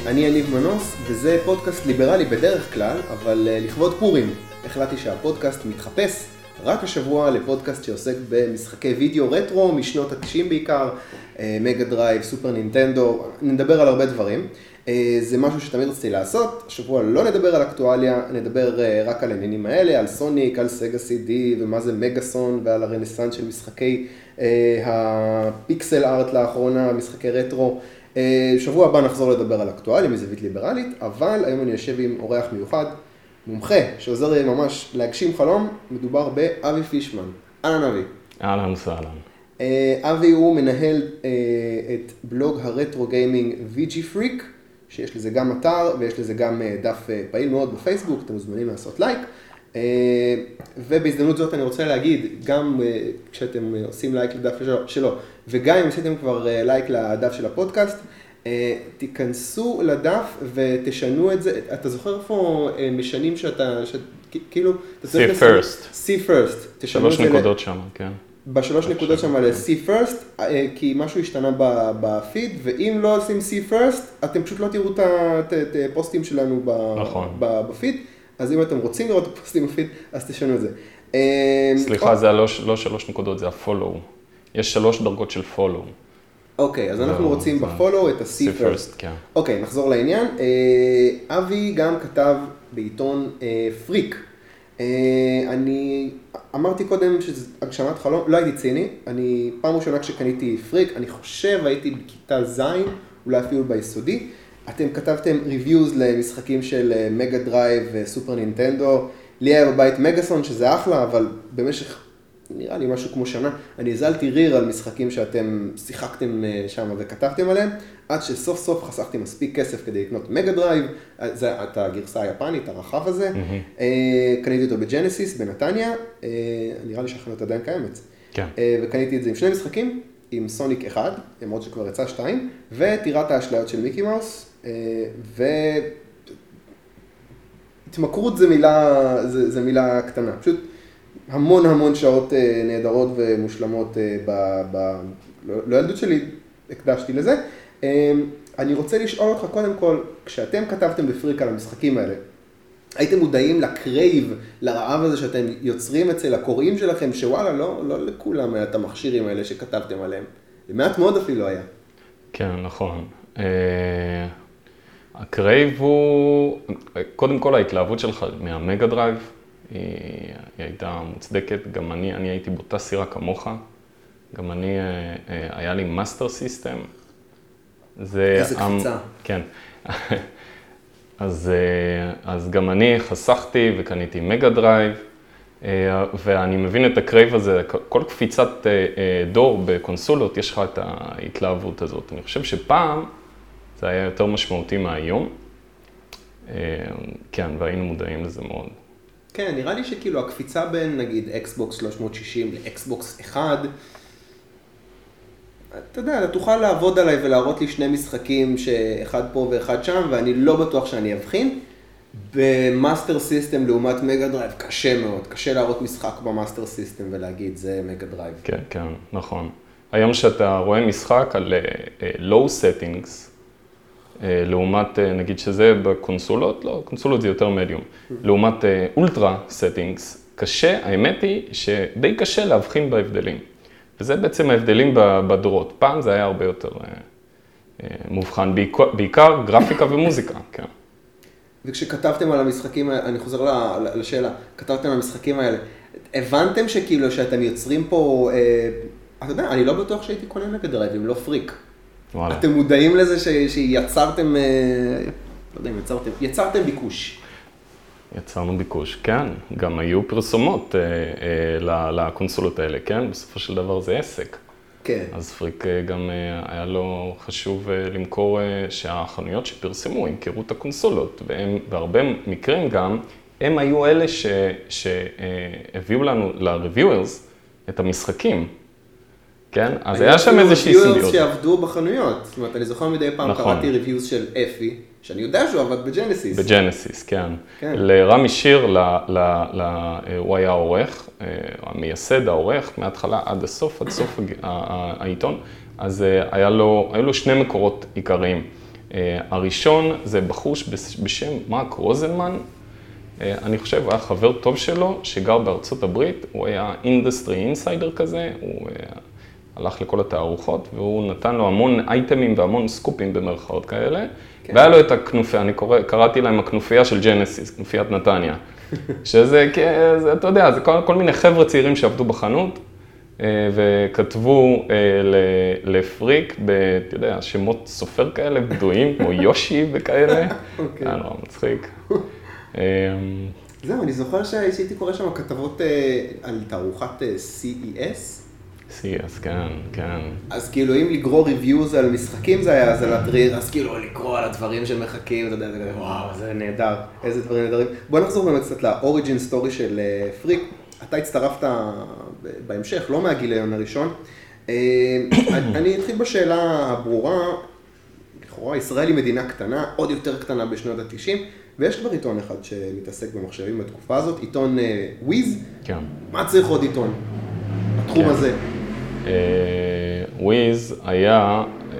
אני יניב מנוס, וזה פודקאסט ליברלי בדרך כלל, אבל לכבוד פורים החלטתי שהפודקאסט מתחפש רק השבוע לפודקאסט שעוסק במשחקי וידאו רטרו משנות ה-90 בעיקר, מגה דרייב, סופר נינטנדו, נדבר על הרבה דברים. זה משהו שתמיד רציתי לעשות, השבוע לא נדבר על אקטואליה, נדבר רק על העניינים האלה, על סוניק, על סגה CD ומה זה מגאסון ועל הרנסנס של משחקי הפיקסל ארט לאחרונה, משחקי רטרו. שבוע הבא נחזור לדבר על אקטואליה מזווית ליברלית, אבל היום אני יושב עם אורח מיוחד, מומחה, שעוזר לי ממש להגשים חלום, מדובר באבי פישמן. אהלן אבי. אהלן וסהלן. אבי הוא מנהל את בלוג הרטרו גיימינג VG Freak, שיש לזה גם אתר ויש לזה גם דף פעיל מאוד בפייסבוק, אתם מוזמנים לעשות לייק. ובהזדמנות זאת אני רוצה להגיד, גם כשאתם עושים לייק לדף שלו, וגם אם עשיתם כבר לייק לדף של הפודקאסט, תיכנסו לדף ותשנו את זה. אתה זוכר איפה משנים שאתה, כאילו, see first. see first. 3 נקודות שם, כן. בשלוש נקודות שם על see first, כי משהו השתנה בפיד, ואם לא עושים see first, אתם פשוט לא תראו את הפוסטים שלנו בפיד. אז אם אתם רוצים לראות את הפוסטים בפיד, אז תשנו את זה. סליחה, זה לא 3 נקודות, זה ה-follow. יש 3 דרגות של follow. אוקיי, אז אנחנו רוצים ב-follow את ה-see first. אוקיי, נחזור לעניין. אבי גם כתב בעיתון פריק. אני אמרתי קודם שזה הגשמת חלום, לא הייתי ציני. אני פעם ראשונה כשקניתי פריק, אני חושב הייתי בכיתה ז', אולי אפילו ביסודי. אתם כתבתם ריוויוז למשחקים של מגה דרייב וסופר נינטנדו. לי היה בבית מגאסון, שזה אחלה, אבל במשך, נראה לי משהו כמו שנה, אני הזלתי ריר על משחקים שאתם שיחקתם שם וכתבתם עליהם, עד שסוף סוף חסכתי מספיק כסף כדי לקנות מגה דרייב, זה את הגרסה היפנית, הרחב הזה. קניתי אותו בג'נסיס, בנתניה, נראה לי שהחנות עדיין קיימת. כן. וקניתי את זה עם 2 משחקים, עם סוניק 1, למרות שכבר יצא 2, וטירת האשליות של מיקי מאוס, התמכרות זה מילה קטנה, פשוט המון שעות נהדרות ומושלמות לא ילדות שלי, הקדשתי לזה. אני רוצה לשאול אותך קודם כל, כשאתם כתבתם בפריק על המשחקים האלה, הייתם מודעים לקרייב, לרעב הזה שאתם יוצרים אצל הקוראים שלכם, שוואלה, לא לכולם היה את המכשירים האלה שכתבתם עליהם. למעט מאוד אפילו היה. כן, נכון. הקרייב הוא, קודם כל ההתלהבות שלך מהמגה דרייב, היא הייתה מוצדקת, גם אני הייתי באותה סירה כמוך, גם אני, היה לי מאסטר סיסטם. איזה קפיצה. כן. אז גם אני חסכתי וקניתי מגה דרייב, ואני מבין את הקרייב הזה, כל קפיצת דור בקונסולות יש לך את ההתלהבות הזאת. אני חושב שפעם זה היה יותר משמעותי מהיום, כן, והיינו מודעים לזה מאוד. כן, נראה לי שכאילו הקפיצה בין נגיד אקסבוקס 360 לאקסבוקס 1, אתה יודע, אתה תוכל לעבוד עליי ולהראות לי 2 משחקים שאחד פה ואחד שם, ואני לא בטוח שאני אבחין. במאסטר סיסטם לעומת מגה דרייב, קשה מאוד, קשה להראות משחק במאסטר סיסטם ולהגיד זה מגה דרייב. כן, כן, נכון. היום שאתה רואה משחק על low settings, לעומת, נגיד שזה בקונסולות, לא, קונסולות זה יותר מדיום, לעומת אולטרה settings, קשה, האמת היא שדי קשה להבחין בהבדלים. וזה בעצם ההבדלים בדורות. פעם זה היה הרבה יותר מובחן, בעיקר גרפיקה ומוזיקה, כן. וכשכתבתם על המשחקים, אני חוזר לשאלה, כתבתם על המשחקים האלה, הבנתם שכאילו שאתם יוצרים פה, אתה יודע, אני לא בטוח שהייתי קונה מגה דרייב, אם לא פריק. וואלה. אתם מודעים לזה שיצרתם, לא יודע אם יצרתם ביקוש. יצרנו ביקוש, כן. גם היו פרסומות לקונסולות האלה, כן? בסופו של דבר זה עסק. כן. אז פריק גם היה לו חשוב למכור שהחנויות שפרסמו, ימכרו את הקונסולות, והרבה מקרים גם, הם היו אלה שהביאו לנו, ל-reviewers, את המשחקים. כן? אז היה שם איזושהי סימביוזה. reviewers שעבדו בחנויות. זאת אומרת, אני זוכר מדי פעם קראתי reviews של אפי, שאני יודע שהוא עבד בג'נסיס. בג'נסיס, כן. לרמי שיר, הוא היה עורך, המייסד העורך, מההתחלה עד סוף העיתון, אז היו לו 2 מקורות עיקריים. הראשון זה בחור בשם מרק רוזנמן, אני חושב, הוא היה חבר טוב שלו, שגר בארצות הברית, הוא היה אינדסטרי אינסיידר כזה, הוא הלך לכל התערוכות, והוא נתן לו המון אייטמים והמון סקופים במרכאות כאלה, כן. והיה לו את הכנופיה, אני קראתי להם הכנופיה של ג'נסיס, כנופיית נתניה, שזה, אתה יודע, זה כל מיני חבר'ה צעירים שעבדו בחנות, וכתבו לפריק, אתה יודע, שמות סופר כאלה בדויים, כמו יושי וכאלה, היה נורא מצחיק. זהו, אני זוכר שהייתי קורא שם כתבות על תערוכת CES. CES, כן, כן. אז כאילו אם לגרור ריוויוז על משחקים זה היה, אז כאילו לקרוא על הדברים שמחכים, אתה יודע, וואו, זה נהדר, איזה דברים נהדרים. בוא נחזור באמת קצת לאוריג'ין סטורי של פריק. אתה הצטרפת בהמשך, לא מהגיליון הראשון. אני אתחיל בשאלה הברורה, לכאורה ישראל היא מדינה קטנה, עוד יותר קטנה בשנות ה-90, ויש כבר עיתון אחד שמתעסק במחשבים בתקופה הזאת, עיתון וויז. כן. מה צריך עוד עיתון בתחום הזה? וויז היה,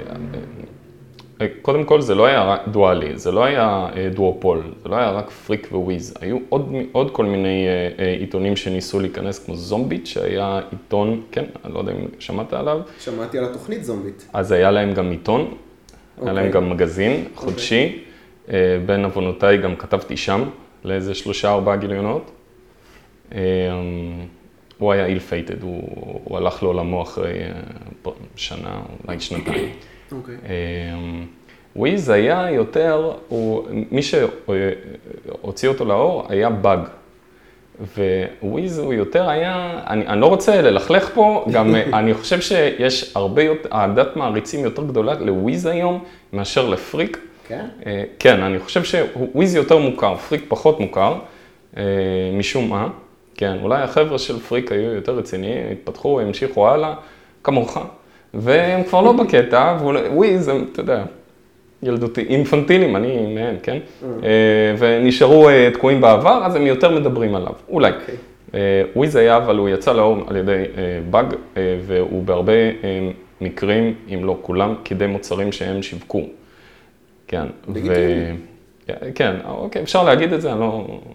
קודם כל זה לא היה רק דואלי, זה לא היה דואופול, זה לא היה רק פריק וויז. היו עוד כל מיני עיתונים שניסו להיכנס, כמו זומביט, שהיה עיתון, כן, אני לא יודע אם שמעת עליו. שמעתי על התוכנית זומביט. אז היה להם גם עיתון, היה להם גם מגזין חודשי. בין עוונותיי גם כתבתי שם, לאיזה 3-4 גיליונות. הוא היה איל-פייטד, הוא הלך לעולמו אחרי שנה, אולי שנתיים. וויז היה יותר, מי שהוציא אותו לאור היה באג. וויז הוא יותר היה, אני לא רוצה ללכלך פה, גם אני חושב שיש הרבה עדת מעריצים יותר גדולה לוויז היום מאשר לפריק. כן? כן, אני חושב שוויז יותר מוכר, פריק פחות מוכר, משום מה. כן, אולי החבר'ה של פריק היו יותר רציניים, התפתחו, המשיכו הלאה, כמוך, והם כבר לא בקטע, וויז הם, אתה יודע, ילדותי, אינפנטילים, אני מהם, כן? ונשארו תקועים בעבר, אז הם יותר מדברים עליו, אולי. וויז היה, אבל הוא יצא לאור על ידי באג, והוא בהרבה מקרים, אם לא כולם, קידם מוצרים שהם שיווקו. כן, כן, אוקיי, אפשר להגיד את זה, אני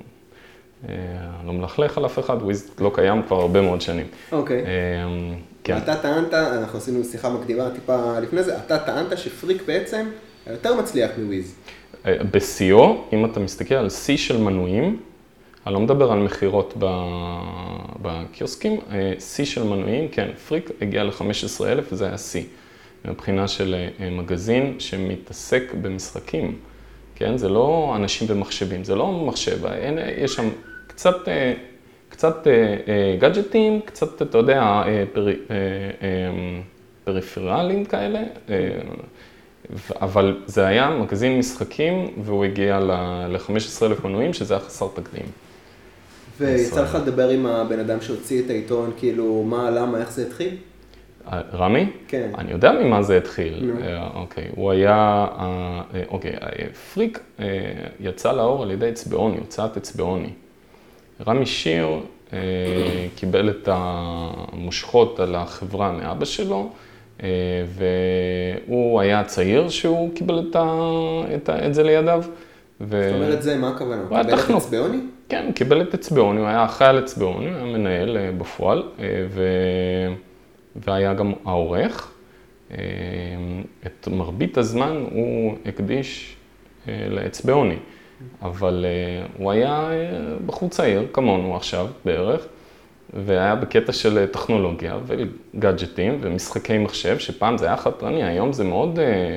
לא מלכלך על אף אחד, וויז לא קיים כבר הרבה מאוד שנים. אוקיי. אתה טענת, אנחנו עשינו שיחה מקדימה טיפה לפני זה, אתה טענת שפריק בעצם יותר מצליח מוויז. בסיו, אם אתה מסתכל על C של מנויים, אני לא מדבר על מחירות בקיוסקים, C של מנויים, כן, פריק הגיע ל-15,000 וזה היה C. מבחינה של מגזין שמתעסק במשחקים, כן? זה לא אנשים במחשבים, זה לא מחשב, יש שם קצת גאדג'טים, קצת, אתה יודע, פריפרליים כאלה, אבל זה היה מגזין משחקים והוא הגיע ל-15,000 מנויים, שזה היה חסר תקדים. ויצא לך לדבר עם הבן אדם שהוציא את העיתון, כאילו, מה, למה, איך זה התחיל? רמי? כן. אני יודע ממה זה התחיל. אוקיי, הוא היה, אוקיי, פריק יצא לאור על ידי אצבעוני, הוצאת אצבעוני. רמי שיר קיבל את המושכות על החברה מאבא שלו, והוא היה צעיר שהוא קיבל את זה לידיו. זאת אומרת זה, מה הכוונה? הוא קיבל את אצבעוני? כן, הוא קיבל את אצבעוני, הוא היה אחראי על אצבעוני, הוא היה מנהל בפועל, והיה גם העורך. את מרבית הזמן הוא הקדיש לאצבעוני, אבל הוא היה בחור צעיר, כמונו עכשיו בערך, והיה בקטע של טכנולוגיה וגאדג'טים ומשחקי מחשב, שפעם זה היה חתרני, היום זה מאוד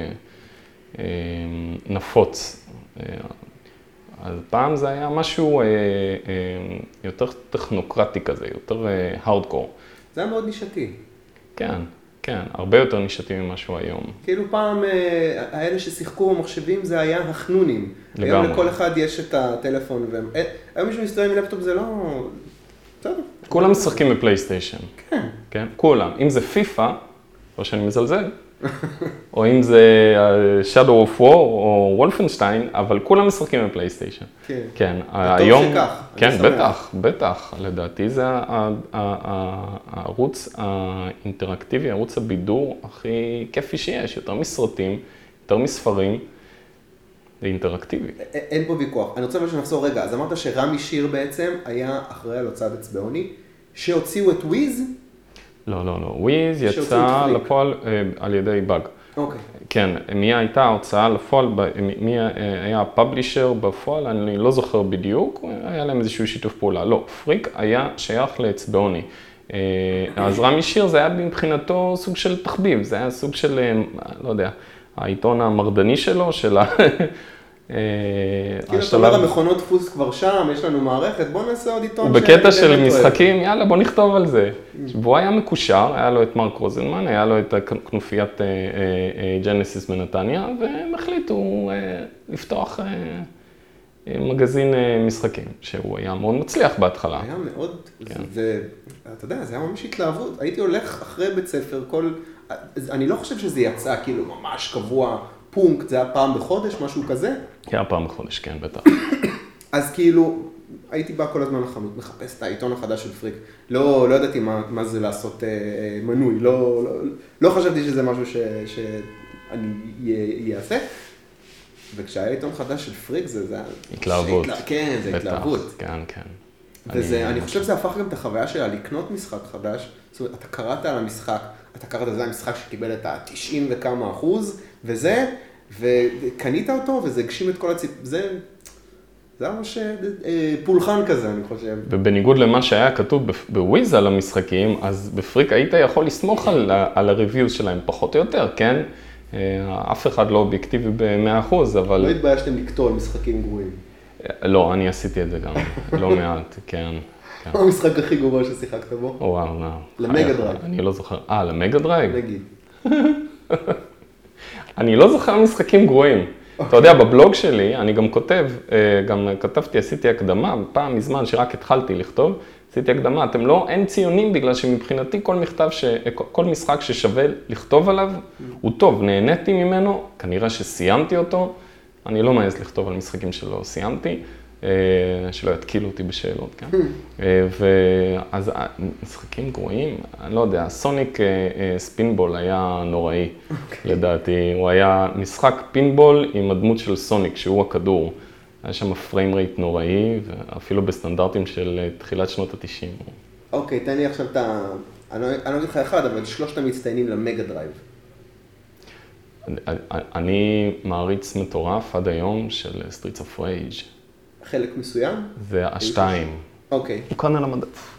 נפוץ. אז פעם זה היה משהו יותר טכנוקרטי כזה, יותר הארדקור. זה היה מאוד נישתי. כן, כן, הרבה יותר נישתי ממשהו היום. כאילו פעם, האלה ששיחקו במחשבים זה היה החנונים. לגמרי. היום לכל אחד יש את הטלפון, היום מישהו מסתובב עם לפטופ זה לא... כולם משחקים בפלייסטיישן. כן. כן, כולם. אם זה פיפה, לא שאני מזלזל, או אם זה Shadow of War או וולפנשטיין, אבל כולם משחקים בפלייסטיישן. כן. כן, היום... טוב שכך. כן, בטח. לדעתי זה הערוץ האינטראקטיבי, הערוץ הבידור הכי כיפי שיש. יותר מסרטים, יותר מספרים, זה אינטראקטיבי. אין פה ויכוח. אני רוצה שנחזור רגע. אז אמרת שרמי שיר בעצם היה אחראי על הוצאת אצבעוני, שהוציאו את וויז? לא. וויז יצא לפועל על ידי באג. אוקיי. כן, מי הייתה ההוצאה לפועל, מי היה הפאבלישר בפועל, אני לא זוכר בדיוק, היה להם איזשהו שיתוף פעולה. לא, פריק היה שייך לאצבעוני. אז רמי שיר זה היה מבחינתו סוג של תחביב, זה היה סוג של, לא יודע, העיתון המרדני שלו, של כאילו אתה אומר, המכונות דפוס כבר שם, יש לנו מערכת, בוא נעשה עוד עיתון. בקטע של משחקים, יאללה, בוא נכתוב על זה. והוא היה מקושר, היה לו את מרק רוזנמן, היה לו את כנופיית ג'נסיס בנתניה, והם החליטו לפתוח מגזין משחקים, שהוא היה מאוד מצליח בהתחלה. היה מאוד, אתה יודע, זה היה ממש התלהבות. הייתי הולך אחרי בית ספר, אני לא חושב שזה יצא כאילו ממש קבוע, פונקט, זה היה פעם בחודש, משהו כזה? היה פעם בחודש, כן, בטח. אז כאילו, הייתי בא כל הזמן לחנות, מחפש את העיתון החדש של פריק. לא ידעתי מה זה לעשות מנוי, לא חשבתי שזה משהו שאני אעשה. וכשהיה עיתון חדש של פריק, זה התלהבות. כן, זה התלהבות. כן. אני חושב שזה הפך גם את החוויה שלה לקנות משחק חדש. זאת אומרת, אתה קראת על המשחק, זה המשחק שקיבל את ה-90 וכמה אחוז, וקנית אותו, וזה הגשים את כל זה היה ממש פולחן כזה, אני חושב. ובניגוד למה שהיה כתוב בוויז על המשחקים, אז בפריק היית יכול לסמוך על הריוויוז שלהם פחות או יותר, כן? אף אחד לא אובייקטיבי ב-100%, אבל... לא התביישתם לקטוע משחקים גרועים. לא, אני עשיתי את זה גם, לא מעט, כן. מה המשחק הכי גרוע ששיחקת בו? וואו. למגה דרייב. אני לא זוכר. למגה דרייב? נגיד. אני לא זוכר משחקים גרועים. אתה יודע, בבלוג שלי אני גם כותב, גם כתבתי, עשיתי הקדמה, פעם מזמן שרק התחלתי לכתוב, עשיתי הקדמה, אין ציונים בגלל שמבחינתי כל משחק ששווה לכתוב עליו הוא טוב, נהניתי ממנו, כנראה שסיימתי אותו, אני לא מעז לכתוב על משחקים שלא סיימתי, שלא יתקילו אותי בשאלות, כן? ואז משחקים גרועים, אני לא יודע, סוניק ספינבול היה נוראי, לדעתי. הוא היה משחק פינבול עם הדמות של סוניק, שהוא הכדור. היה שם פריים רייט נוראי, ואפילו בסטנדרטים של תחילת שנות ה-90. אוקיי, תן לי עכשיו אני לא אגיד לך אחד, אבל 3 המצטיינים למגה דרייב. אני מעריץ מטורף עד היום של Streets of Rage. חלק מסוים? זה ה-2. אוקיי. הוא כאן על המדף.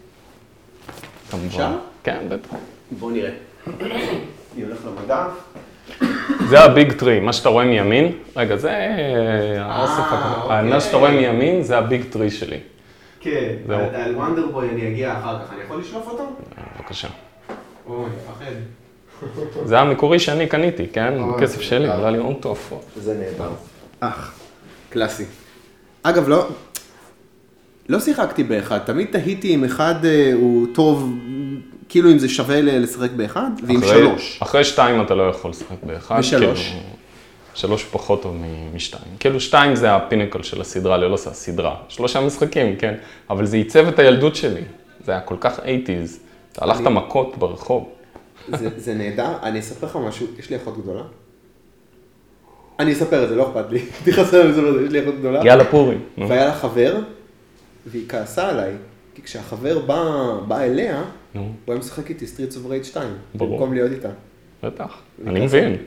אפשר? כן, בטח. בוא נראה. אני הולך למדף. זה הביג טרי, מה שאתה רואה מימין. רגע, זה האוסף הכבוד. מה שאתה רואה מימין זה הביג טרי שלי. כן, על וונדרבוי אני אגיע אחר כך. אני יכול לשלוף אותו? בבקשה. אוי, מפחד. זה המקורי שאני קניתי, כן? בכסף שלי, זה היה לי הון תועפות. זה נהדר. קלאסי. אגב, לא שיחקתי באחד, תמיד תהיתי אם אחד הוא טוב, כאילו אם זה שווה לשחק באחד, ועם 3. אחרי 2 אתה לא יכול לשחק באחד. ו3. 3 פחות טוב מ-2. כאילו 2 זה הפינקל של הסדרה, לא עושה סדרה. 3 משחקים, כן? אבל זה ייצב את הילדות שלי. זה היה כל כך 80s. אתה הלכת מכות ברחוב. זה נהדר. אני אספר לך משהו, יש לי אחות גדולה. אני אספר את זה, לא אכפת לי. תיחסר על זה, יש לי אחות גדולה. יאללה פורים. והיה לה חבר, והיא כעסה עליי, כי כשהחבר בא אליה, הוא היה משחק איתי Streets of Rage 2, במקום להיות איתה. בטח, אני מבין.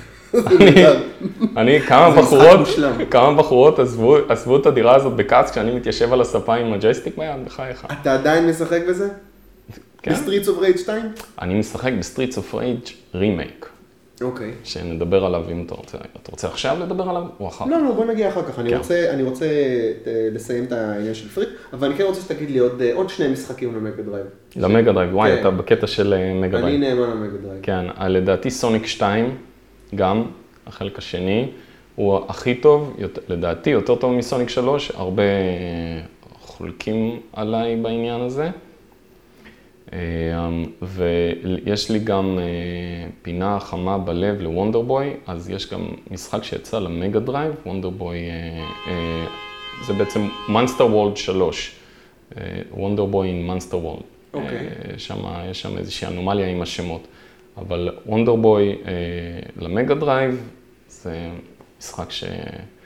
כמה בחורות עזבו את הדירה הזאת בכעס כשאני מתיישב על הספה עם הג'ייסטיק ביד, בחייך. אתה עדיין משחק בזה? ב-Streets of Rage 2? אני משחק ב-Streets of Rage רימייק. אוקיי. שנדבר עליו אם אתה רוצה. אתה רוצה עכשיו לדבר עליו או אחר כך? לא, בוא נגיע אחר כך. אני רוצה לסיים את העניין של פריק, אבל אני כן רוצה שתגיד לי עוד 2 משחקים למגה דרייב. למגה דרייב, וואי, אתה בקטע של מגה דרייב. אני נאמן למגה דרייב. כן, לדעתי סוניק 2, גם, החלק השני, הוא הכי טוב, לדעתי יותר טוב מסוניק 3, הרבה חולקים עליי בעניין הזה. ויש לי גם פינה חמה בלב לוונדרבוי, אז יש גם משחק שיצא למגה דרייב, וונדרבוי, זה בעצם Monster World 3, וונדרבוי in Monster World. יש שם איזושהי אנומליה עם השמות, אבל וונדרבוי למגה דרייב זה משחק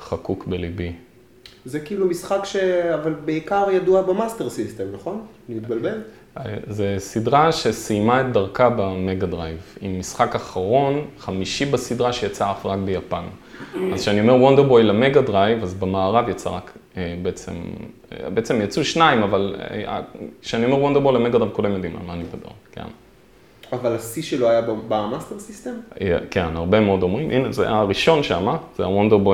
חקוק בליבי. זה כאילו משחק אבל בעיקר ידוע במאסטר סיסטם, נכון? אני מתבלבל? זה סדרה שסיימה את דרכה במגה דרייב, עם משחק אחרון, 5 בסדרה שיצא אף רק ביפן. אז כשאני אומר וונדרבוי למגה דרייב, אז במערב יצא רק בעצם יצאו 2, אבל כשאני אומר וונדרבוי למגה דרייב, כולם יודעים על מה אני מדבר, כן. אבל השיא שלו היה במאסטר סיסטם? כן, הרבה מאוד אומרים. הנה, זה הראשון שם, זה הוונדרבוי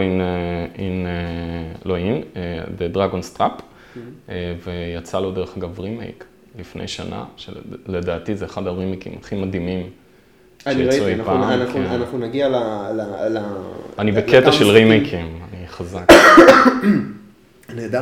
The Dragon's Trap, ויצא לו דרך אגב רימייק לפני שנה, שלדעתי זה אחד הרימייקים הכי מדהימים שיצאו אי פעם. אנחנו נגיע אני בקטע של רימייקים, אני חזק. נהדר.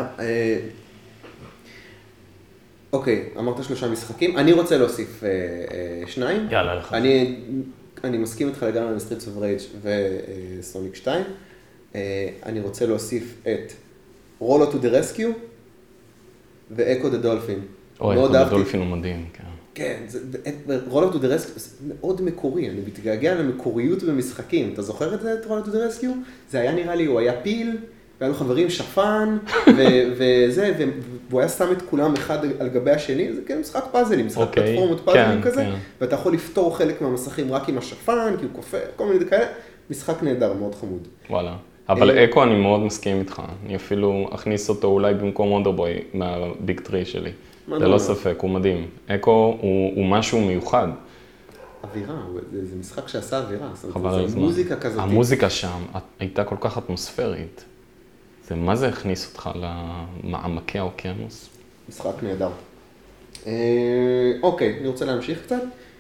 אוקיי, אמרת 3 משחקים, אני רוצה להוסיף 2. יאללה, לך. אני מסכים איתך לגמרי עם Streets of Rage וסוניק 2. אני רוצה להוסיף את Rollo to the Rescue ו-Echo the Dolphin. Echo the Dolphin הוא מדהים, כן. כן, Rollo to the Rescue זה מאוד מקורי, אני מתגעגע למקוריות במשחקים. אתה זוכר את זה, את Rollo to the Rescue? זה היה נראה לי, הוא היה פיל, והיו לו חברים שפן, וזה, והוא היה שם את כולם אחד על גבי השני, זה כן משחק פאזלים, משחק פלטפורמות פאזלים כזה, ואתה יכול לפתור חלק מהמסכים רק עם השפן, כי הוא כופר, כל מיני כאלה, משחק נהדר, מאוד חמוד. וואלה, אבל אקו אני מאוד מסכים איתך, אני אפילו אכניס אותו אולי במקום וונדרבוי מהביג טרי שלי, זה לא ספק, הוא מדהים, אקו הוא משהו מיוחד. אווירה, זה משחק שעשה אווירה, זה מוזיקה כזאת. המוזיקה שם הייתה כל כך אטמוספרית. זה מה זה הכניס אותך למעמקי האוקיינוס? משחק נהדר. אוקיי, אני רוצה להמשיך קצת.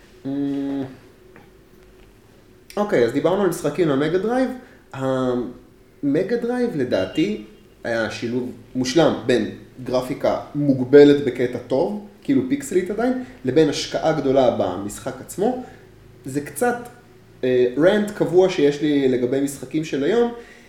אוקיי, אז דיברנו על משחקים למגה דרייב. המגה דרייב לדעתי היה שילוב מושלם בין גרפיקה מוגבלת בקטע טוב, כאילו פיקסלית עדיין, לבין השקעה גדולה במשחק עצמו. זה קצת רנט קבוע שיש לי לגבי משחקים של היום.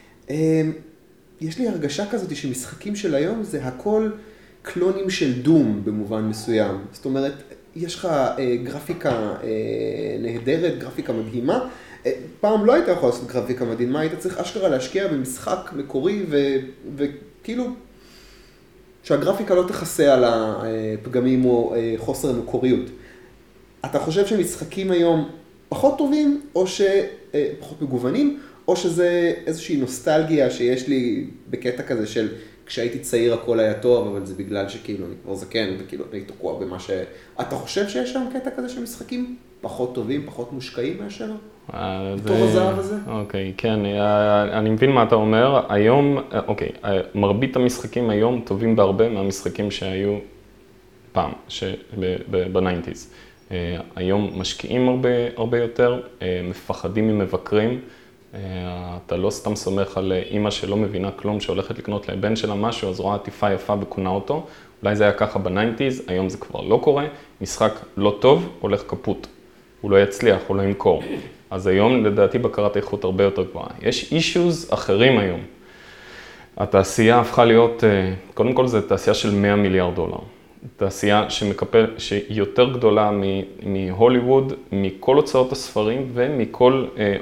יש לי הרגשה כזאת שמשחקים של היום זה הכל קלונים של דום במובן מסוים. זאת אומרת, יש לך גרפיקה נהדרת, גרפיקה מדהימה. פעם לא היית יכול לעשות גרפיקה מדהימה, היית צריך אשכרה להשקיע במשחק מקורי וכאילו שהגרפיקה לא תכסה על הפגמים או חוסר המקוריות. אתה חושב שמשחקים היום פחות טובים או פחות מגוונים? או שזה איזושהי נוסטלגיה שיש לי בקטע כזה של כשהייתי צעיר הכל היה טוב, אבל זה בגלל שכאילו אני כבר זקן וכאילו אני תקוע במה ש... אתה חושב שיש שם קטע כזה של משחקים פחות טובים, פחות מושקעים מאשר? תור הזהב הזה? אוקיי, כן, אני מבין מה אתה אומר. היום, אוקיי, מרבית המשחקים היום טובים בהרבה מהמשחקים שהיו פעם, ב-90s. היום משקיעים הרבה יותר, מפחדים ממבקרים. אתה לא סתם סומך על אמא שלא מבינה כלום, שהולכת לקנות לבן שלה משהו, אז רואה עטיפה יפה וקונה אותו. אולי זה היה ככה ב-90s, היום זה כבר לא קורה. משחק לא טוב, הולך קפוט. הוא לא יצליח, הוא לא ימכור. אז היום לדעתי בקרת איכות הרבה יותר גבוהה. יש אישוז אחרים היום. התעשייה הפכה להיות, קודם כל זה תעשייה של $100 מיליארד. תעשייה שהיא יותר גדולה מהוליווד, מכל הוצאות הספרים ומכל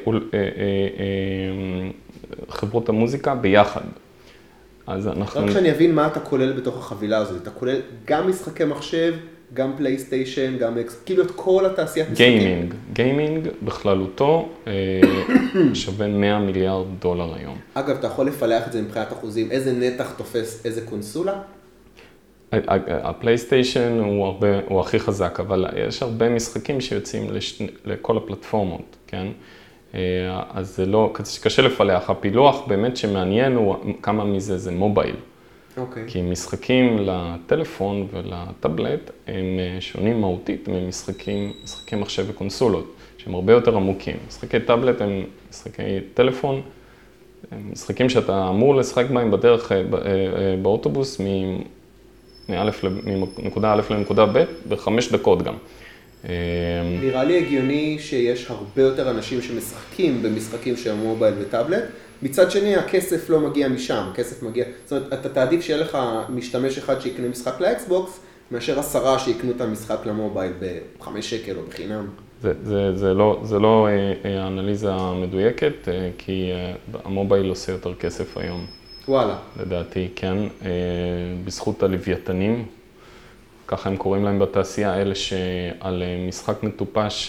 חברות המוזיקה ביחד. אז אנחנו... רק שאני אבין מה אתה כולל בתוך החבילה הזאת. אתה כולל גם משחקי מחשב, גם פלייסטיישן, גם כאילו את כל התעשיית משחקים. גיימינג בכללותו שווה $100 מיליארד היום. אגב, אתה יכול לפלח את זה מבחינת אחוזים, איזה נתח תופס איזה קונסולה? הפלייסטיישן הוא הכי חזק, אבל יש הרבה משחקים שיוצאים לכל הפלטפורמות, כן? אז זה לא, קשה לפלח. הפילוח באמת שמעניין הוא כמה מזה זה מובייל. כי משחקים לטלפון ולטאבלט הם שונים מהותית ממשחקי מחשב וקונסולות, שהם הרבה יותר עמוקים. משחקי טאבלט הם משחקי טלפון, משחקים שאתה אמור לשחק בהם בדרך באוטובוס מנקודה א' לנקודה ב' ב5 דקות גם. נראה לי הגיוני שיש הרבה יותר אנשים שמשחקים במשחקים של מובייל וטאבלט. מצד שני, הכסף לא מגיע משם, הכסף מגיע... זאת אומרת, אתה תעדיף שיהיה לך משתמש אחד שיקנה משחק לאקסבוקס, מאשר 10 שיקנו את המשחק למובייל ב$5 או בחינם. זה לא האנליזה המדויקת, כי המובייל עושה יותר כסף היום. וואלה. לדעתי, כן. בזכות הלוויתנים, ככה הם קוראים להם בתעשייה, אלה שעל משחק מטופש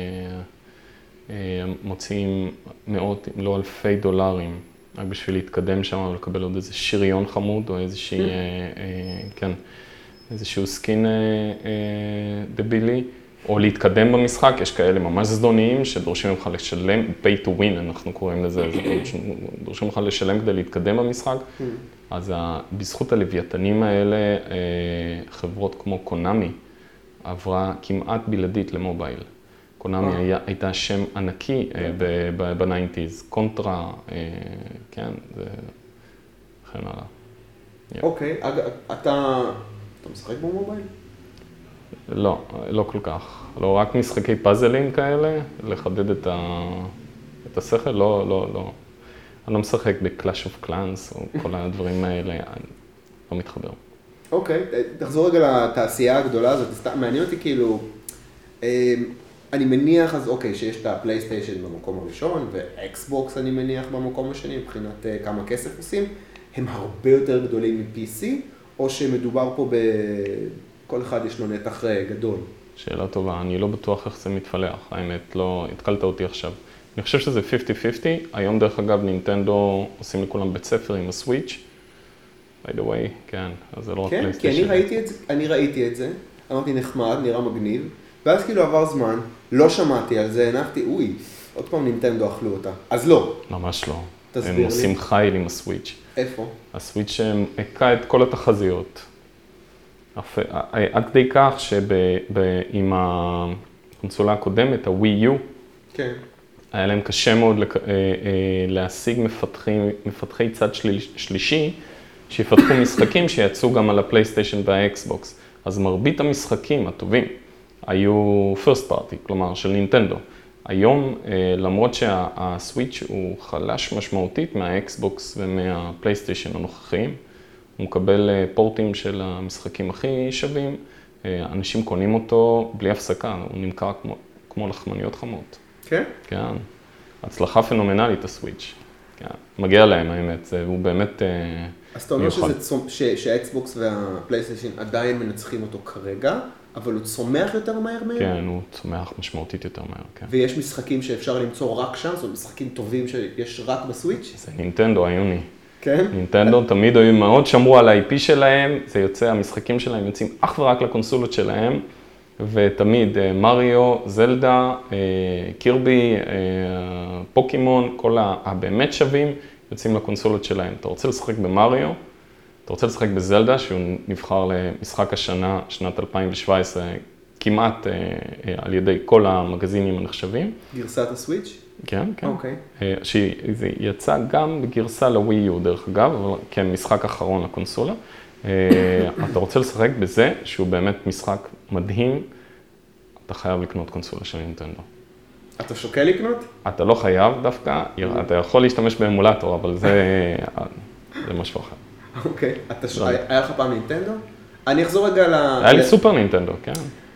מוציאים מאות, אם לא אלפי דולרים, רק בשביל להתקדם שם ולקבל עוד איזה שריון חמוד או איזשהו סקין דבילי, או להתקדם במשחק. יש כאלה ממש זדוניים שדורשים ממך לשלם, pay to win, אנחנו קוראים לזה, דורשים ממך לשלם כדי להתקדם במשחק. אז בזכות הלוויתנים האלה, חברות כמו קונאמי עברה כמעט בלעדית למובייל. קונאמי הייתה שם ענקי ב-90's, קונטרה, כן, זה וכן הלאה. אוקיי, אתה משחק במובייל? לא כל כך. לא, רק משחקי פאזלים כאלה, לחדד את השכל, לא. אני לא משחק ב-Clash of Clans או כל הדברים האלה, אני לא מתחבר. אוקיי, תחזור רגע לתעשייה הגדולה הזאת, מעניין אותי כאילו, אני מניח אז אוקיי, שיש את הפלייסטיישן במקום הראשון, ואקסבוקס אני מניח במקום השני, מבחינת כמה כסף עושים, הם הרבה יותר גדולים מ-PC, או שמדובר פה כל אחד יש לו נתח גדול? שאלה טובה, אני לא בטוח איך זה מתפלח, האמת, לא, התקלת אותי עכשיו. אני חושב שזה 50-50, היום דרך אגב נינטנדו עושים לכולם בית ספר עם הסוויץ', by the way, כן, אז זה לא רק פלייסטיישן. כן, כי אני ראיתי את זה, אמרתי נחמד, נראה מגניב, ואז כאילו עבר זמן, לא שמעתי על זה, הנחתי, עוד פעם נינטנדו אכלו אותה, אז לא. ממש לא. תסביר לי. הם עושים חייל עם הסוויץ'. איפה? הסוויץ' הכה את כל התחזיות. עד כדי כך שעם הקונסולה הקודמת, ה-Wii U, כן. היה להם קשה מאוד להשיג מפתחי צד שלישי, שיפתחו משחקים שיצאו גם על הפלייסטיישן והאקסבוקס. אז מרבית המשחקים הטובים היו first party, כלומר של נינטנדו. היום, למרות שהסוויץ' הוא חלש משמעותית מהאקסבוקס ומהפלייסטיישן הנוכחיים, הוא מקבל פורטים של המשחקים הכי שווים, אנשים קונים אותו בלי הפסקה, הוא נמכר כמו לחמניות חמות. כן? כן, הצלחה פנומנלית הסוויץ'. כן, מגיע להם האמת, הוא באמת אז אתה אומר שהאקסבוקס והפלייסטיישן עדיין מנצחים אותו כרגע, אבל הוא צומח יותר מהר מהם? כן, הוא צומח משמעותית יותר מהר, כן. ויש משחקים שאפשר למצוא רק שם, זאת אומרת משחקים טובים שיש רק בסוויץ'? זה נינטנדו, היוני. כן? נינטנדו תמיד היו מאוד שמרו על ה-IP שלהם, זה יוצא, המשחקים שלהם יוצאים אך ורק לקונסולות שלהם, ותמיד מריו, זלדה, קירבי, פוקימון, כל הבאמת שווים יוצאים לקונסולות שלהם. אתה רוצה לשחק במריו, אתה רוצה לשחק בזלדה, שהוא נבחר למשחק השנה, שנת 2017, כמעט על ידי כל המגזינים הנחשבים. גרסת הסוויץ'? כן, כן. אוקיי. שזה יצא גם בגרסה לווי יו, דרך אגב, אבל כמשחק אחרון לקונסולה. אתה רוצה לשחק בזה, שהוא באמת משחק מדהים, אתה חייב לקנות קונסולה של נינטנדו. אתה שוקל לקנות? אתה לא חייב דווקא, אתה יכול להשתמש באמולטור, אבל זה משהו אחר. אוקיי. היה לך פעם נינטנדו? אני אחזור רגע היה לי סופר נינטנדו, כן.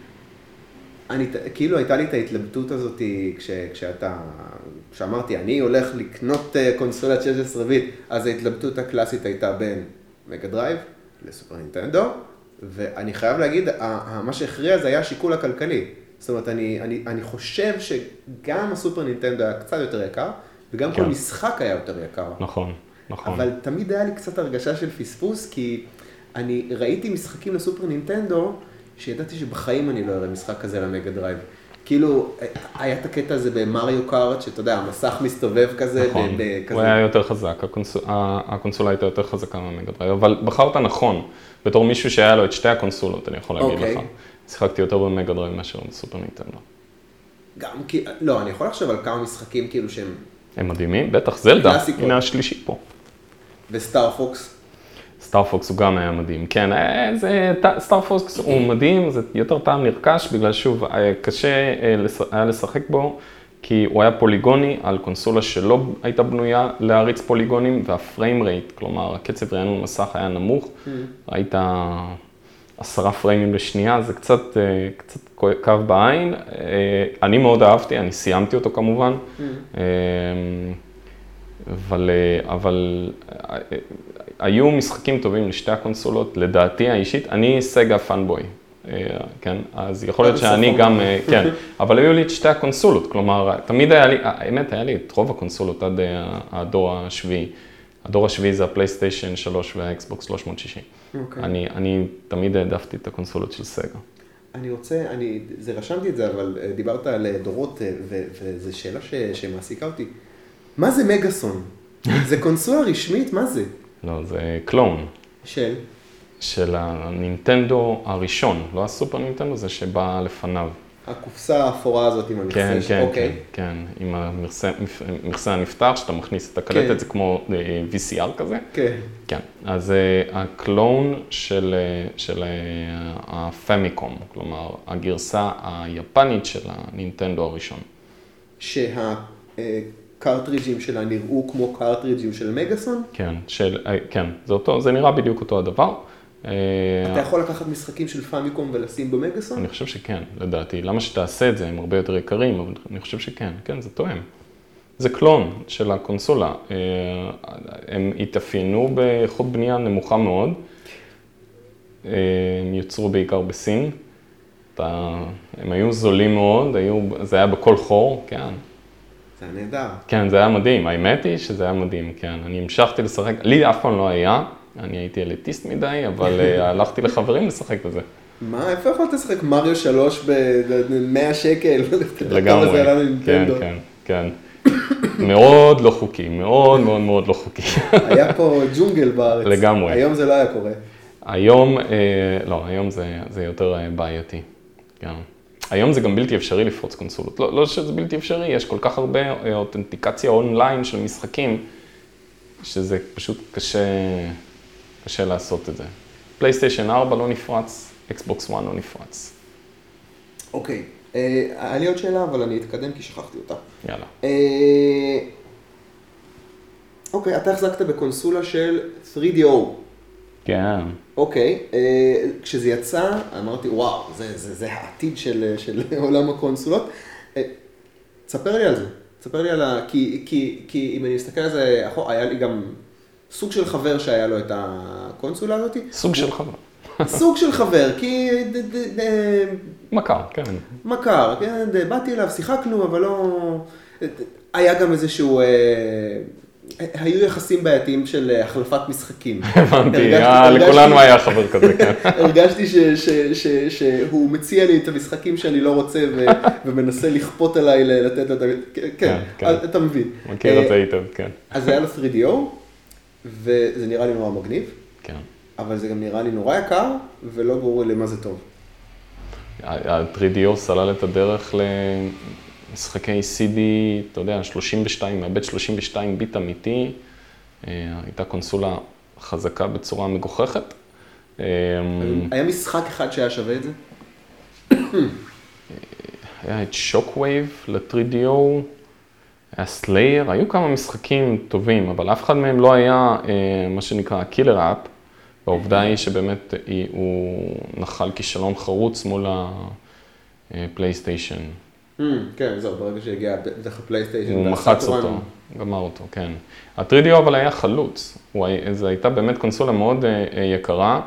כאילו הייתה לי את ההתלבטות הזאת כשאמרתי, אני הולך לקנות קונסולת 16 ביט, אז ההתלבטות הקלאסית הייתה בין מגה דרייב לסופר נינטנדו, ואני חייב להגיד, מה שהכריע זה היה השיקול הכלכלי. זאת אומרת, אני חושב שגם הסופר נינטנדו היה קצת יותר יקר, וגם כל משחק היה יותר יקר. נכון, נכון. אבל תמיד היה לי קצת הרגשה של פספוס, כי אני ראיתי משחקים לסופר נינטנדו, שידעתי שבחיים אני לא אראה משחק כזה למגה דרייב. כאילו, היה את הקטע הזה במריו קארט, שאתה יודע, המסך מסתובב כזה. נכון, הוא היה יותר חזק, הקונסולה הייתה יותר חזקה מהמגה דרייב, אבל בחרת נכון, בתור מישהו שהיה לו את שתי הקונסולות, אני יכול להגיד לך. שיחקתי יותר במגה דרייב מאשר בסופר נינטנדו. גם כי, לא, אני יכול לחשוב על כמה משחקים כאילו שהם... הם מדהימים, בטח, זלדה, הנה השלישי פה. וסטאר פוקס? סטאר פוקס הוא גם היה מדהים, כן, סטאר פוקס הוא מדהים, זה יותר טעם נרכש, בגלל שוב, קשה היה לשחק בו, כי הוא היה פוליגוני על קונסולה שלא הייתה בנויה להריץ פוליגונים, והפריים רייט, כלומר, הקצב רענון מסך היה נמוך, 10 פריימים לשנייה, זה קצת קו בעין. אני מאוד אהבתי, אני סיימתי אותו כמובן, אבל היו משחקים טובים לשתי הקונסולות, לדעתי האישית, אני סגה פאנבוי, כן, אז יכול להיות שאני גם, כן, אבל היו לי את שתי הקונסולות, כלומר, תמיד היה לי, האמת, היה לי את רוב הקונסולות עד הדור השביעי. הדור השביעי זה הפלייסטיישן 3 והאקסבוקס 360. אני תמיד העדפתי את הקונסולות של סגה. אני רוצה, רשמתי את זה, אבל דיברת על דורות, וזו שאלה שמעסיקה אותי. מה זה מגאסון? זה קונסולה רשמית? מה זה? לא, זה קלון. של הנינטנדו הראשון, לא הסופר נינטנדו, זה שבא לפניו. הקופסה האפורה הזאת עם המכסה. כן, עם המכסה הנפתח, שאתה מכניס את הקלטת, זה כמו VCR כזה. כן, אז זה הקלון של הפמיקום, כלומר, הגרסה היפנית של הנינטנדו הראשון. קארטריג'ים שלה נראו כמו קארטריג'ים של מגאסון? כן, זה נראה בדיוק אותו הדבר. אתה יכול לקחת משחקים של פאמיקום ולשים במגאסון? אני חושב שכן, לדעתי. למה שתעשה את זה? הם הרבה יותר יקרים, אבל אני חושב שכן, כן, זה תואם. זה קלון של הקונסולה. הם התאפיינו באיכות בנייה נמוכה מאוד. הם יוצרו בעיקר בסין. הם היו זולים מאוד, זה היה בכל חור, כן. זה היה נהדר. כן, זה היה מדהים. האמת היא שזה היה מדהים, כן. אני המשכתי לשחק, לי אף פעם לא היה, אני הייתי אליטיסט מדי, אבל הלכתי לחברים לשחק בזה. מה, איפה יכולת לשחק מריו 3 ב-100 שקל? לגמרי, כן. מאוד לא חוקי, מאוד לא חוקי. היה פה ג'ונגל בארץ. לגמרי. היום זה לא היה קורה. היום, לא, היום זה יותר בעייתי. כן. היום זה גם בלתי אפשרי לפרוץ קונסולות. לא שזה בלתי אפשרי, יש כל כך הרבה אותנטיקציה אונליין של משחקים, שזה פשוט קשה לעשות את זה. פלייסטיישן 4 לא נפרץ, אקסבוקס 1 לא נפרץ. אוקיי, היה לי עוד שאלה, אבל אני אתקדם כי שכחתי אותה. יאללה. אוקיי, אתה החזקת בקונסולה של 3DO. כן. אוקיי, כשזה יצא, אמרתי, וואו, זה העתיד של עולם הקונסולות. תספר לי על זה. תספר לי על כי אם אני מסתכל על זה, היה לי גם סוג של חבר שהיה לו את הקונסולה הזאת. סוג של חבר. סוג של חבר, כי... מכר, כן. מכר, כן, באתי אליו, שיחקנו, אבל לא... היה גם איזשהו... היו יחסים בעייתיים של החלפת משחקים. הבנתי, לכולנו היה חבר כזה, כן. הרגשתי שהוא מציע לי את המשחקים שאני לא רוצה ומנסה לכפות עליי לתת לו את... כן, אתה מבין. מכיר את זה היטב, כן. אז זה היה לו 3DO, וזה נראה לי נורא מגניב. כן. אבל זה גם נראה לי נורא יקר, ולא ברור למה זה טוב. ה-3DO סלל את הדרך משחקי CD, אתה יודע, 32, מעבד 32 ביט אמיתי, הייתה קונסולה חזקה בצורה מגוחכת. היה משחק אחד שהיה שווה את זה? היה את שוקווייב ל-3DO, היה סלייר, היו כמה משחקים טובים, אבל אף אחד מהם לא היה מה שנקרא קילר אפ, והעובדה היא שבאמת הוא נחל כישלון חרוץ מול הפלייסטיישן. כן, זהו, ברגע שהגיע דרך הפלייסטיישן. הוא מחץ אותו, גמר אותו, כן. ה-3DO אבל היה חלוץ, זו הייתה באמת קונסולה מאוד יקרה.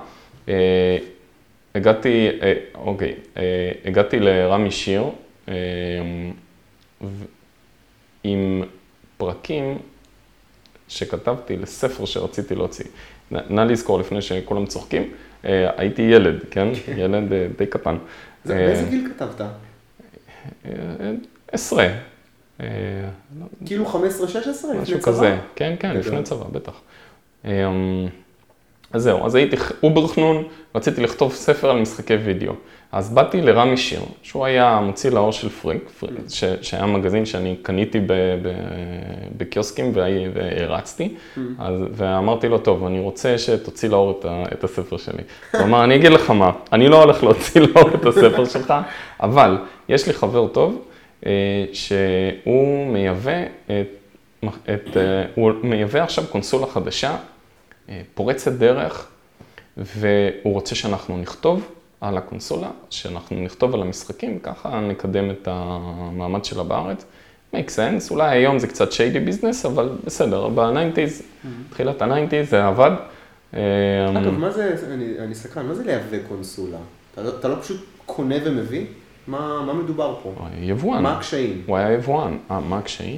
הגעתי לרמי שיר עם פרקים שכתבתי לספר שרציתי להוציא. נא לזכור לפני שכולם צוחקים, הייתי ילד, כן? ילד די קטן. באיזה גיל כתבת? 10. כאילו 15-16? משהו כזה, כן, לפני צבא, בטח. אז זהו, אז הייתי אובר חנון, רציתי לכתוב ספר על משחקי וידאו. אז באתי לרמי שיר, שהוא היה מוציא לאור של פריק, שהיה מגזין שאני קניתי בקיוסקים והרצתי, ואמרתי לו, טוב, אני רוצה שתוציא לאור את הספר שלי. הוא אמר, אני אגיד לך מה, אני לא הולך להוציא לאור את הספר שלך, אבל יש לי חבר טוב, שהוא מייבא עכשיו קונסולה חדשה, פורצת דרך, והוא רוצה שאנחנו נכתוב על הקונסולה, שאנחנו נכתוב על המשחקים, ככה נקדם את המעמד שלה בארץ. make sense, אולי היום זה קצת shady business, אבל בסדר, ב-90s, תחילת ה-90s זה עבד. אגב, מה זה, אני סקרן, מה זה לייבא קונסולה? אתה לא פשוט קונה ומביא? מה מדובר פה? יבואן. מה הקשיים? הוא היה יבואן. מה הקשיים?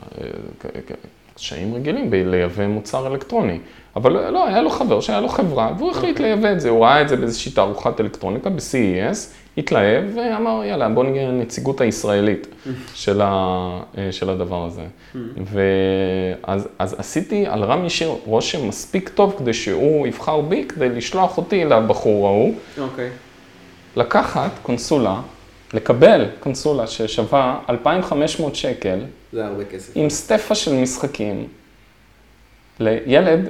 קשיים רגילים בלייבא מוצר אלקטרוני. אבל לא, היה לו חבר שהיה לו חברה, והוא החליט לייבא את זה. הוא ראה את זה באיזושהי תערוכת אלקטרוניקה, ב-CES, התלהב ואמר, יאללה, בוא נגיע לנציגות הישראלית של הדבר הזה. אז עשיתי על רם ישיר רושם מספיק טוב כדי שהוא יבחר בי, כדי לשלוח אותי לבחור ההוא. אוקיי. לקחת קונסולה, לקבל קונסולה ששווה 2,500 שקל. זה הרבה כסף. עם סטפה של משחקים. לילד,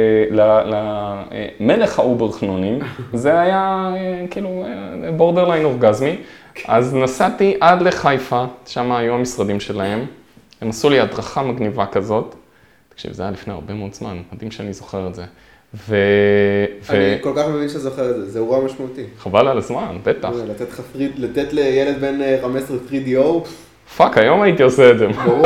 למלך האובר חנונים, זה היה כאילו בורדרליין אורגזמי. אז נסעתי עד לחיפה, שם היו המשרדים שלהם. הם עשו לי הדרכה מגניבה כזאת. תקשיב, זה היה לפני הרבה מאוד זמן, מדהים שאני זוכר את זה. אני כל כך מבין שאתה זוכר את זה, זה אירוע משמעותי. חבל על הזמן, בטח. לתת לילד בן 15 3DO. פאק, היום הייתי עושה את זה. ברור.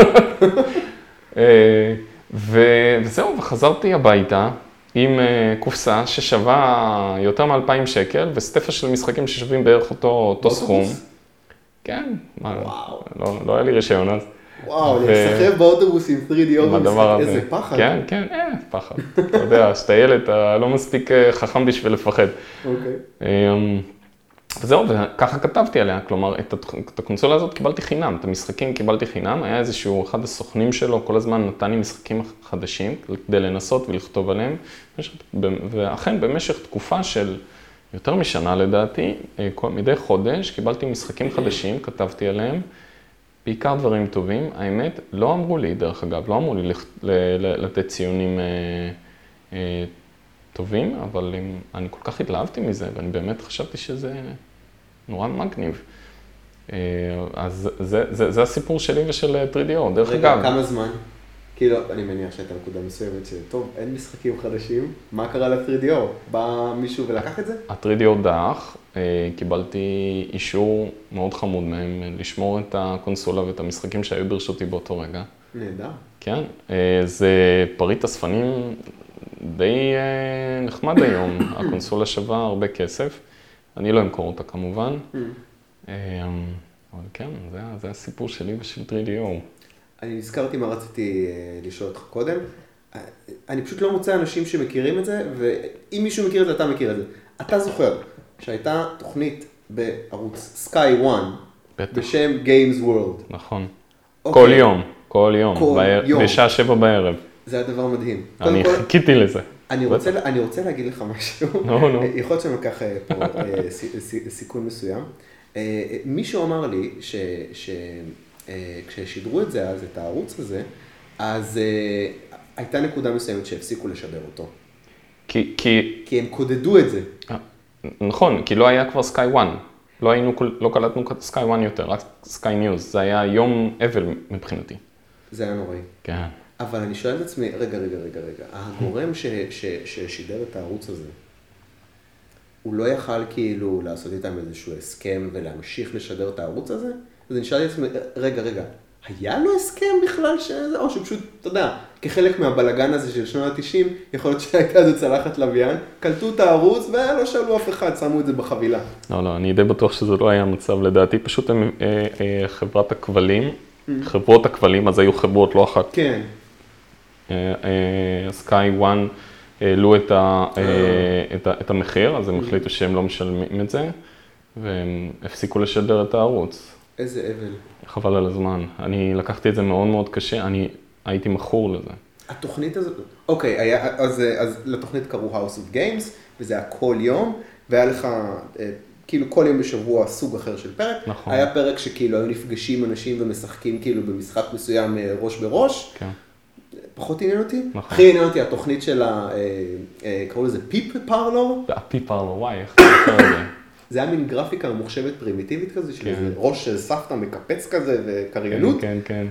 וזהו, וחזרתי הביתה עם קופסה ששווה יותר מ-2,000 שקל, וסטפה של משחקים ששווים בערך אותו סכום. כן, לא היה לי רישיון אז. וואו, להסחב באוטובוס עם 3DO, איזה פחד. כן, כן, פחד. אתה יודע, שאתה ילד, אתה לא מספיק חכם בשביל לפחד. אוקיי. וזהו, וככה כתבתי עליה, כלומר, את הקונסולה הזאת קיבלתי חינם, את המשחקים קיבלתי חינם, היה איזשהו אחד הסוכנים שלו, כל הזמן נתן לי משחקים חדשים, כדי לנסות ולכתוב עליהם, ואכן במשך תקופה של יותר משנה לדעתי, מדי חודש קיבלתי משחקים חדשים, כתבתי עליהם, בעיקר דברים טובים, האמת, לא אמרו לי, דרך אגב, לא אמרו לי לתת ציונים טובים, אבל אני כל כך התלהבתי מזה, ואני באמת חשבתי שזה נורא מגניב. אז זה הסיפור שלי ושל 3DO, דרך אגב. כמה זמן? כאילו, אני מניח שהייתה נקודה מסוימת שטוב, אין משחקים חדשים, מה קרה ל-3DO? בא מישהו ולקח את זה? ה-3DO דח, קיבלתי אישור מאוד חמוד מהם לשמור את הקונסולה ואת המשחקים שהיו ברשותי באותו רגע. נהדר. כן, זה פריט אספנים די נחמד היום, הקונסולה שווה הרבה כסף, אני לא אמכור אותה כמובן, אבל כן, זה הסיפור שלי ושל 3DO. אני נזכרתי מה רציתי לשאול אותך קודם, אני פשוט לא מוצא אנשים שמכירים את זה, ואם מישהו מכיר את זה, אתה מכיר את זה. אתה זוכר שהייתה תוכנית בערוץ Sky One, בשם Games World. נכון, כל יום, בשעה 7 בערב. זה היה דבר מדהים. אני חיכיתי לזה. אני רוצה להגיד לך משהו, יכול להיות שאני לקח פה סיכון מסוים. מישהו אמר לי כששידרו את זה, אז את הערוץ הזה, אז הייתה נקודה מסוימת שהפסיקו לשדר אותו. כי הם קודדו את זה. נכון, כי לא היה כבר סקאי וואן. לא קלטנו סקאי וואן יותר, רק סקאי ניוז. זה היה יום אבל מבחינתי. זה היה נוראי. כן. אבל אני שואל את עצמי, רגע, הגורם ששידר את הערוץ הזה, הוא לא יכל כאילו לעשות איתם איזשהו הסכם ולהמשיך לשדר את הערוץ הזה? אז אני שאלתי את עצמי, רגע, היה לו הסכם בכלל שזה, או שפשוט, אתה יודע, כחלק מהבלגן הזה של שנות ה-90, יכול להיות שהייתה איזו צלחת לוויין, קלטו את הערוץ ולא שאלו אף אחד, שמו את זה בחבילה. לא, אני די בטוח שזה לא היה המצב לדעתי, פשוט הם חברת הכבלים, חברות הכבלים, אז היו חברות לא אחת. כן. סקאי וואן העלו את המחיר, אז הם החליטו שהם לא משלמים את זה, והם הפסיקו לשדר את הערוץ. איזה אבל. חבל על הזמן. אני לקחתי את זה מאוד מאוד קשה, אני הייתי מכור לזה. התוכנית הזאת, אוקיי, אז לתוכנית קראו House of Games, וזה היה כל יום, והיה לך כאילו כל יום בשבוע סוג אחר של פרק. נכון. היה פרק שכאילו היו נפגשים אנשים ומשחקים כאילו במשחק מסוים ראש בראש. כן. פחות עניין אותי. נכון. הכי עניין אותי התוכנית של קראו לזה פיפ פרלור. פיפ פרלור, וואי, איך אתה זוכר את זה? זה היה מין גרפיקה מוחשבת פרימיטיבית כזה, של איזה ראש של סבתא מקפץ כזה וקריינות. כן.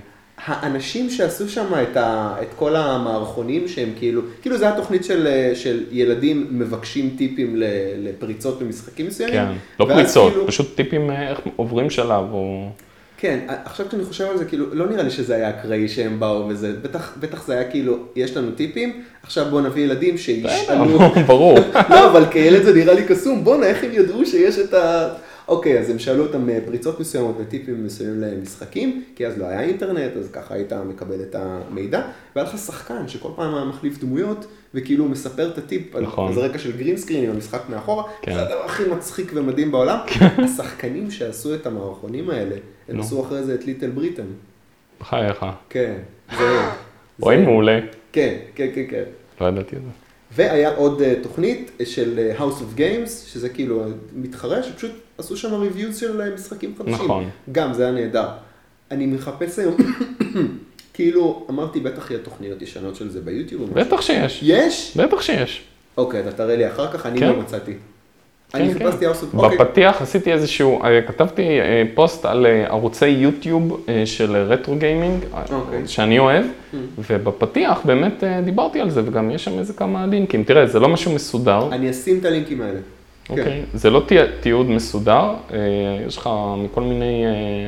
האנשים שעשו שם את כל המערכונים שהם כאילו זה התוכנית של ילדים מבקשים טיפים לפריצות במשחקים מסוימים. כן, לא פריצות, פשוט טיפים איך עוברים שלב או... כן, עכשיו כשאני חושב על זה, כאילו, לא נראה לי שזה היה אקראי שהם באו וזה, בטח זה היה כאילו, יש לנו טיפים, עכשיו בוא נביא ילדים שישאלו. ברור. לא, אבל כילד זה נראה לי קסום, בוא איך הם ידעו שיש את ה... אוקיי, אז הם שאלו אותם פריצות מסוימות וטיפים מסוימים למשחקים, כי אז לא היה אינטרנט, אז ככה היית מקבל את המידע, והיה לך שחקן שכל פעם היה מחליף דמויות, וכאילו הוא מספר את הטיפ, אז רקע של גרין סקרין עם המשחק מאחורה, זה הדבר הכי מצחיק ומדהים בעולם. השחקנים שעשו את המערכונים האלה, הם עשו אחרי זה את ליטל בריטן. בחייך. כן, זה... רואים מעולה. כן. לא ידעתי את זה. והיה עוד תוכנית של House of Games, שזה כאילו מתחרה, שפשוט עשו שם ריוויוז של משחקים חדשים. נכון. גם, זה היה נהדר. אני מחפש היום, כאילו, אמרתי, בטח יהיה תוכניות ישנות של זה ביוטיוב. בטח שיש. יש? בטח שיש. אוקיי, אתה תראה לי אחר כך, אני לא מצאתי. אני חיפשתי House of Games. בפתיח עשיתי איזשהו, כתבתי פוסט על ערוצי יוטיוב של רטרו גיימינג, שאני אוהב, ובפתיח באמת דיברתי על זה, וגם יש שם איזה כמה לינקים. תראה, זה לא משהו מסודר. אני אשים את הלינקים האלה. אוקיי, זה לא תיעוד מסודר, יש לך מכל מיני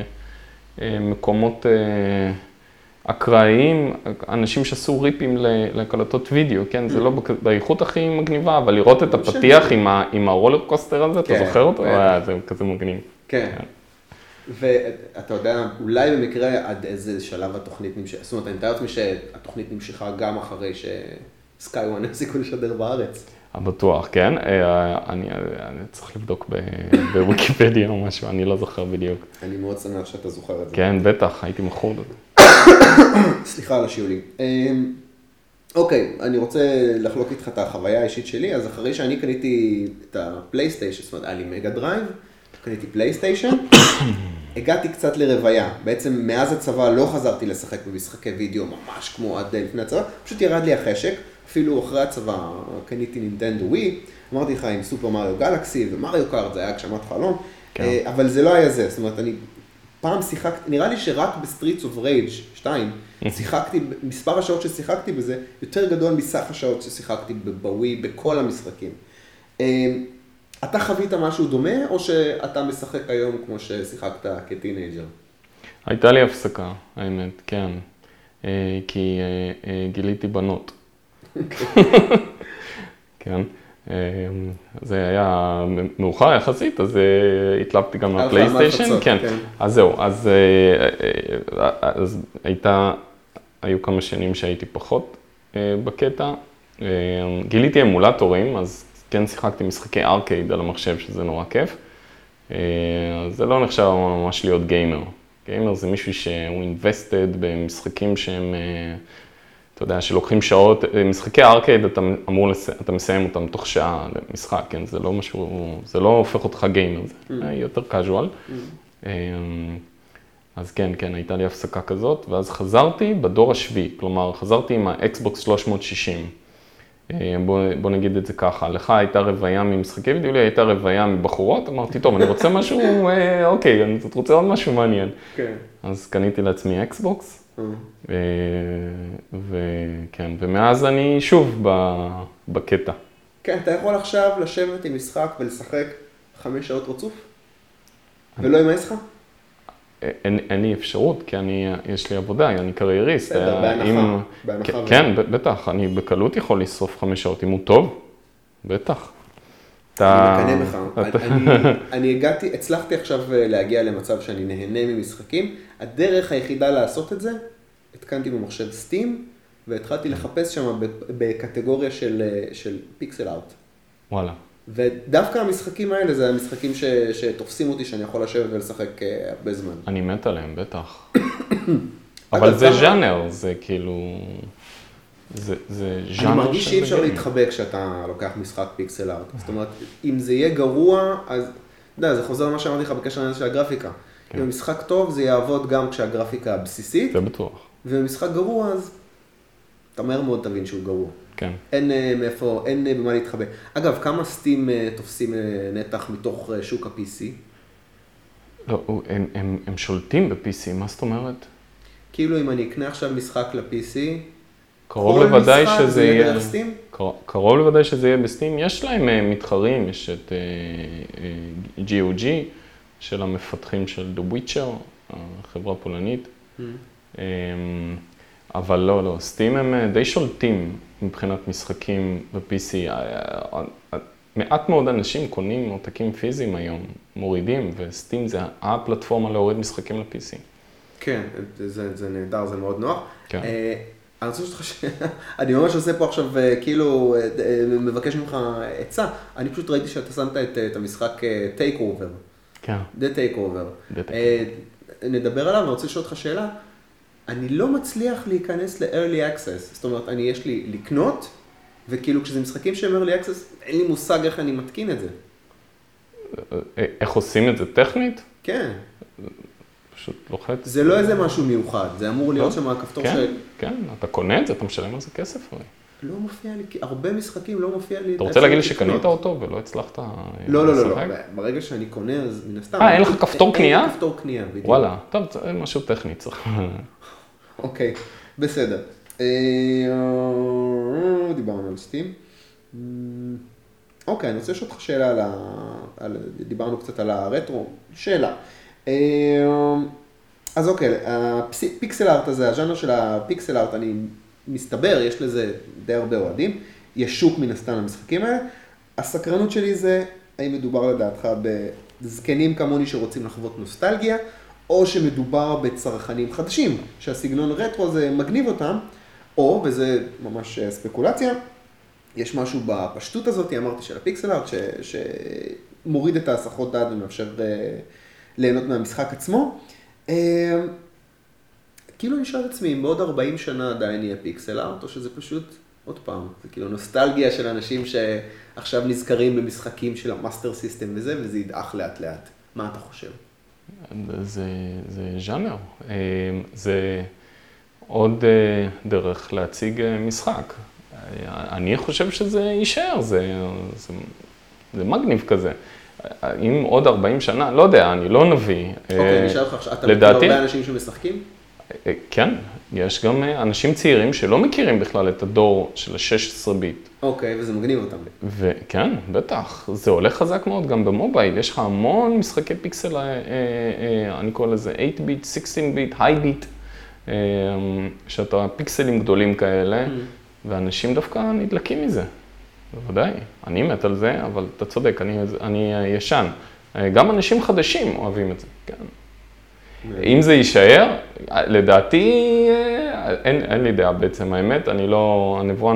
מקומות אקראיים, אנשים שעשו ריפים להקלטות וידאו, כן? זה לא באיכות הכי מגניבה, אבל לראות את הפתיח עם הרולר קוסטר הזה, אתה זוכר אותו? זה כזה מגניב. כן. ואתה יודע, אולי במקרה עד איזה שלב התוכנית נמשכה, זאת אומרת, אני מתאר לעצמי שהתוכנית נמשכה גם אחרי שסקאי-וואן הפסיקו לשדר בארץ. בטוח, כן. אני צריך לבדוק בוויקיפדיה או משהו, אני לא זוכר בדיוק. אני מאוד שמח שאתה זוכר את זה. כן, בטח, הייתי מכור בזה. סליחה על השיעולים. אוקיי, אני רוצה לחלוק איתך את החוויה האישית שלי, אז אחרי שאני קניתי את הפלייסטיישן, זאת אומרת, היה לי מגה דרייב, קניתי פלייסטיישן, הגעתי קצת לרוויה. בעצם מאז הצבא לא חזרתי לשחק במשחקי וידאו ממש כמו עד לפני הצבא, פשוט ירד לי החשק, אפילו אחרי הצבא קניתי נינטנדו ווי, אמרתי לך עם סופר מריו גלקסי ומריו קארט, זה היה הגשמת חלום, אבל זה לא היה זה, זאת אומרת, אני פעם שיחקתי, נראה לי שרק בסטריטס אוף רייג' 2, שיחקתי, מספר השעות ששיחקתי בזה, יותר גדול מסך השעות ששיחקתי בווי, בכל המשחקים. אתה חווית משהו דומה, או שאתה משחק היום כמו ששיחקת כטינג'ר? הייתה לי הפסקה, האמת, כן. כי גיליתי בנות. כן. זה היה מאוחר יחסית, אז התלבטתי גם לפלייסטיישן. כן. אז זהו, אז היו כמה שנים שהייתי פחות בקטע. גיליתי אמולטורים, אז כן שיחקתי משחקי ארקייד על המחשב, שזה נורא כיף. זה לא נחשב ממש להיות גיימר. גיימר זה מישהו שהוא invested במשחקים שהם, אתה יודע, שלוקחים שעות, משחקי ארקייד אתה מסיים אותם תוך שעה למשחק, כן? זה לא משהו, זה לא הופך אותך גיימר, זה יותר קאז'ואל. אז כן, הייתה לי הפסקה כזאת, ואז חזרתי בדור השביעי, כלומר, חזרתי עם האקסבוקס 360. בוא נגיד את זה ככה, לך הייתה רוויה ממשחקי וידאו, לי הייתה רוויה מבחורות, אמרתי, טוב, אני רוצה משהו, אוקיי, אני רוצה עוד משהו מעניין. אז קניתי לעצמי אקסבוקס, וכן, ומאז אני שוב בקטע. כן, אתה יכול עכשיו לשבת עם משחק ולשחק 5 שעות רצוף? ולא ימאס לך? אין לי אפשרות, כי יש לי עבודה, אני קרייריסט. בסדר, בהנחה. כן, בטח, אני בקלות יכול לשרוף 5 שעות, אם הוא טוב, בטח. אני מקנא בך. אני הצלחתי עכשיו להגיע למצב שאני נהנה ממשחקים. הדרך היחידה לעשות את זה, התקנתי במחשב סטים, והתחלתי לחפש שם בקטגוריה של פיקסל אאוט. וואלה. ודווקא המשחקים האלה, זה המשחקים שתופסים אותי שאני יכול לשבת ולשחק הרבה זמן. אני מת עליהם, בטח. אבל זה ז'אנר, זה כאילו... זה ז'אנר... אני מרגיש שאי אפשר להתחבק כשאתה לוקח משחק פיקסל ארט. זאת אומרת, אם זה יהיה גרוע, אז... אתה יודע, זה חוזר למה שאמרתי לך בקשר לעניין של הגרפיקה. אם המשחק טוב, זה יעבוד גם כשהגרפיקה הבסיסית. זה בטוח. ובמשחק גרוע, אז אתה מהר מאוד תבין שהוא גרוע. כן. אין מאיפה, אין במה להתחבא. אגב, כמה סטים תופסים נתח מתוך שוק ה-PC? לא, הם שולטים ב-PC, מה זאת אומרת? כאילו אם אני אקנה עכשיו משחק ל-PC, קרוב לוודאי שזה יהיה דרך סטים? קרוב לוודאי שזה יהיה בסטים. יש להם מתחרים, יש את GOG של המפתחים של The Witcher, החברה הפולנית. אבל לא, סטים הם די שולטים מבחינת משחקים ב-PC. מעט מאוד אנשים קונים עותקים פיזיים היום, מורידים, וסטים זה הפלטפורמה להוריד משחקים ל-PC. כן, זה נהדר, זה מאוד נוח. כן. אני רוצה אני ממש עושה פה עכשיו, כאילו, מבקש ממך עצה. אני פשוט ראיתי שאתה שמת את המשחק Take Over. כן. The Take Over. נדבר עליו, אני רוצה לשאול אותך שאלה. אני לא מצליח להיכנס ל-Early Access. זאת אומרת, יש לי לקנות, וכאילו כשזה משחקים שהם Early Access, אין לי מושג איך אני מתקין את זה. איך עושים את זה טכנית? כן. פשוט לוחץ. זה לא איזה משהו מיוחד, זה אמור להיות שם הכפתור של... כן, אתה קונה את זה, אתה משלם על זה כסף הרי. לא מופיע לי, כי הרבה משחקים לא מופיע לי... אתה רוצה להגיד לי שקנית אותו ולא הצלחת... לא, ברגע שאני קונה אז מן הסתם... אין לך כפתור קנייה? אין כפתור קנייה, בדיוק. וואלה, טוב, זה משהו טכני צריך. אוקיי, בסדר. דיברנו על סטים. אוקיי, אני רוצה לשאול אותך שאלה על... דיברנו קצת על הרטרו. שאלה. אז אוקיי, הפיקסל ארט הזה, הז'אנר של הפיקסל ארט, אני מסתבר, יש לזה די הרבה אוהדים, יש שוק מן הסתם למשחקים האלה. הסקרנות שלי זה, האם מדובר לדעתך בזקנים כמוני שרוצים לחוות נוסטלגיה, או שמדובר בצרכנים חדשים, שהסגנון רטרו הזה מגניב אותם, או, וזה ממש ספקולציה, יש משהו בפשטות הזאת, אמרתי של הפיקסל ארט, שמוריד את ההסחות דעת ומאפשר ליהנות מהמשחק עצמו. כאילו אני שואל את עצמי, אם בעוד 40 שנה עדיין יהיה פיקסל ארט, או שזה פשוט, עוד פעם, זה כאילו נוסטלגיה של אנשים שעכשיו נזכרים במשחקים של המאסטר סיסטם וזה ידעך לאט לאט. מה אתה חושב? זה ז'אנר. זה עוד דרך להציג משחק. אני חושב שזה יישאר, זה מגניב כזה. אם עוד 40 שנה, לא יודע, אני לא נביא. אוקיי, נשאל לך, אתה מכיר הרבה אנשים שמשחקים? כן, יש גם אנשים צעירים שלא מכירים בכלל את הדור של ה-16 ביט. אוקיי, וזה מגניב אותם. וכן, בטח, זה הולך חזק מאוד גם במובייל, יש לך המון משחקי פיקסל, אני קורא לזה 8 ביט, 16 ביט, היי ביט, שאתה פיקסלים גדולים כאלה, ואנשים דווקא נדלקים מזה. בוודאי, אני מת על זה, אבל אתה צודק, אני ישן. גם אנשים חדשים אוהבים את זה, כן. אם זה יישאר, לדעתי, אין לי דעה בעצם, האמת, אני לא, הנבואה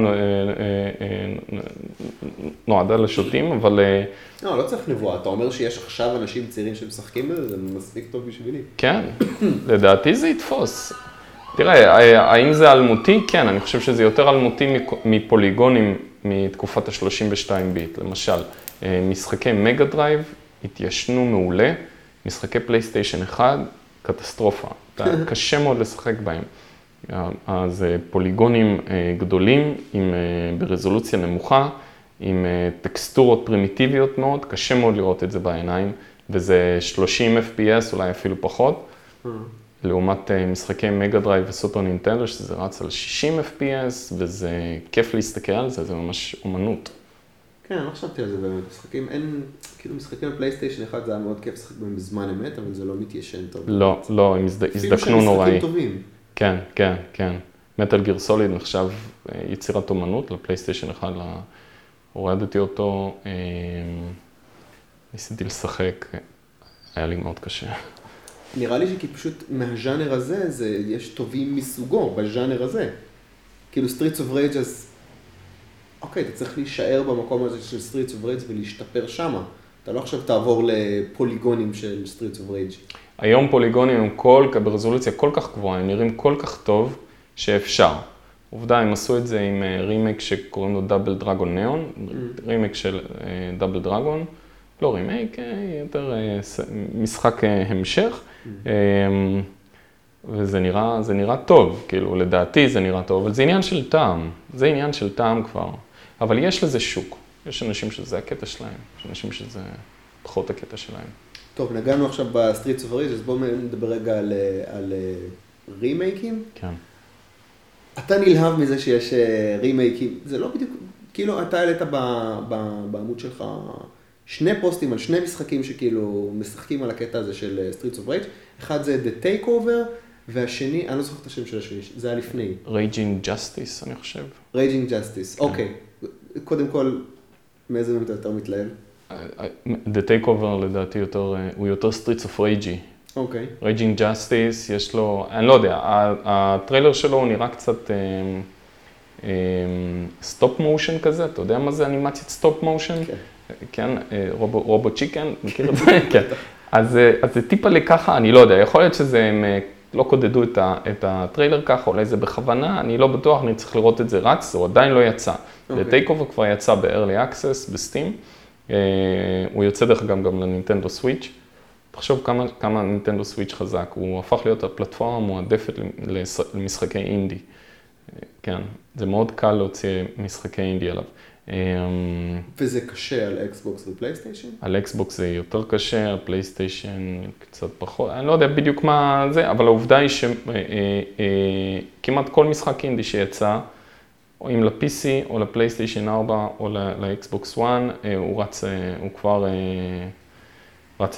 נועדה לשוטים, אבל... לא צריך נבואה, אתה אומר שיש עכשיו אנשים צעירים שמשחקים בזה, זה מספיק טוב בשבילי. כן, לדעתי זה יתפוס. תראה, האם זה אלמותי? כן, אני חושב שזה יותר אלמותי מפוליגונים מתקופת ה-32 ביט. למשל, משחקי מגה דרייב התיישנו מעולה, משחקי פלייסטיישן 1, קטסטרופה. קשה מאוד לשחק בהם. אז פוליגונים גדולים, ברזולוציה נמוכה, עם טקסטורות פרימיטיביות מאוד, קשה מאוד לראות את זה בעיניים, וזה 30 FPS, אולי אפילו פחות. לעומת משחקי מגה דרייב וסופר נינטנדו, שזה רץ על 60 FPS, וזה כיף להסתכל על זה, זה ממש אומנות. כן, אני לא חשבתי על זה באמת, משחקים, אין, כאילו משחקים על פלייסטיישן אחד, זה היה מאוד כיף לשחק בהם בזמן אמת, אבל זה לא מתיישן טוב. לא, הם הזדקנו נוראי. אפילו שהם משחקים טובים. כן. מטל גיר סוליד נחשב יצירת אומנות לפלייסטיישן אחד, הורדתי אותו, ניסיתי לשחק, היה לי מאוד קשה. נראה לי שכי פשוט מהז'אנר הזה, יש טובים מסוגו בז'אנר הזה. כאילו Streets of Rage, אז אוקיי, אתה צריך להישאר במקום הזה של Streets of Rage ולהשתפר שמה. אתה לא עכשיו תעבור לפוליגונים של Streets of Rage. היום פוליגונים הם ברזולוציה כל כך גבוהה, הם נראים כל כך טוב שאפשר. עובדה, הם עשו את זה עם רימייק שקוראים לו דאבל דרגון ניאון, רימייק של דאבל דרגון, לא רימייק, יותר משחק המשך. וזה נראה טוב, כאילו לדעתי זה נראה טוב, אבל זה עניין של טעם, כבר. אבל יש לזה שוק, יש אנשים שזה הקטע שלהם, יש אנשים שזה פחות הקטע שלהם. טוב, נגענו עכשיו בסטריטס אוף ריג', אז בואו נדבר רגע על רימייקים. כן. אתה נלהב מזה שיש רימייקים, זה לא בדיוק, כאילו אתה העלית בעמוד שלך שני פוסטים על שני משחקים שכאילו משחקים על הקטע הזה של Streets of Rage, אחד זה The Takeover, והשני, אני לא זוכר את השם של השני, זה היה לפני. Raging Justice, אני חושב. Raging Justice, אוקיי. קודם כל, מאיזה מהם אתה יותר מתלהב? The Takeover לדעתי הוא יותר Streets of Rage. אוקיי. Raging Justice, יש לו, אני לא יודע, הטריילר שלו הוא נראה קצת סטופ מושן כזה, אתה יודע מה זה אנימציית סטופ מושן? כן, רובוט צ'יקן, מכיר את זה? כן. אז זה טיפה לי ככה, אני לא יודע, יכול להיות שזה הם לא קודדו את הטריילר ככה, אולי זה בכוונה, אני לא בטוח, אני צריך לראות את זה רץ, הוא עדיין לא יצא. לטייקובר כבר יצא ב-Early Access, בסטים, הוא יוצא דרך גם לנינטנדו סוויץ'. תחשוב כמה נינטנדו סוויץ' חזק, הוא הפך להיות הפלטפורמה המועדפת למשחקי אינדי. כן, זה מאוד קל להוציא משחקי אינדי עליו. וזה קשה על אקסבוקס ופלייסטיישן? על אקסבוקס זה יותר קשה, על פלייסטיישן קצת פחות, אני לא יודע בדיוק מה זה, אבל העובדה היא שכמעט כל משחק אינדי שיצא, או אם ל-PC או לפלייסטיישן 4 או לאקסבוקס 1, הוא כבר רץ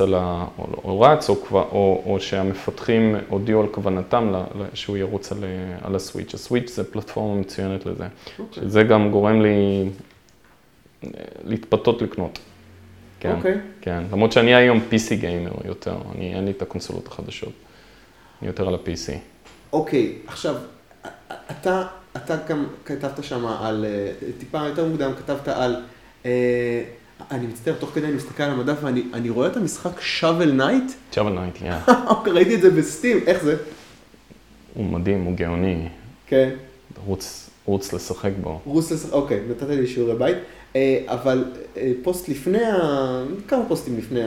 או שהמפתחים הודיעו על כוונתם שהוא ירוץ על הסוויץ'. הסוויץ' זה פלטפורמה מצוינת לזה. שזה גם גורם לי להתפתות לקנות. כן, כן. למרות שאני היום PC גיימר יותר, אין לי את הקונסולות החדשות. אני יותר על ה-PC. אוקיי, עכשיו, אתה גם כתבת שם על, טיפה יותר מוקדם, כתבת על, אני מצטער, תוך כדי אני מסתכל על המדף ואני רואה את המשחק Shovel Knight. Shovel Knight, כן. ראיתי את זה בסטים, איך זה? הוא מדהים, הוא גאוני. כן. רוץ לשחק בו. אוקיי, נתת לי שיעורי בית, אבל פוסט לפני, כמה פוסטים לפני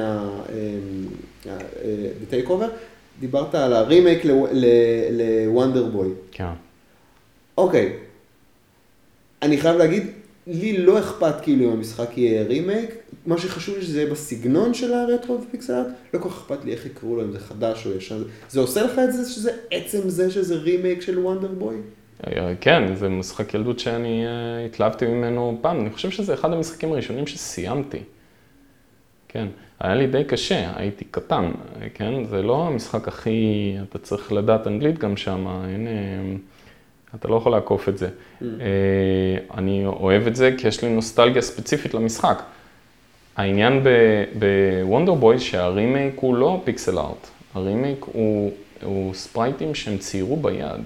ב-Takeover, דיברת על הרימייק לוונדר בוי. כן. אוקיי, אני חייב להגיד, לי לא אכפת כאילו אם המשחק יהיה רימייק, מה שחשוב לי שזה יהיה בסגנון של הרטרו ופיקסלארט, לא כל כך אכפת לי איך יקראו לו, אם זה חדש או ישן, זה עושה לך את זה שזה עצם זה שזה רימייק של וונדר בוי? כן, זה משחק ילדות שאני התלהבתי ממנו פעם, אני חושב שזה אחד המשחקים הראשונים שסיימתי. כן, היה לי די קשה, הייתי קטן, כן, זה לא המשחק הכי, אתה צריך לדעת אנגלית גם שם, אתה לא יכול לעקוף את זה. אני אוהב את זה כי יש לי נוסטלגיה ספציפית למשחק. העניין בוונדר בוי שהרימייק הוא לא פיקסל ארט, הרימייק הוא ספרייטים שהם ציירו ביד.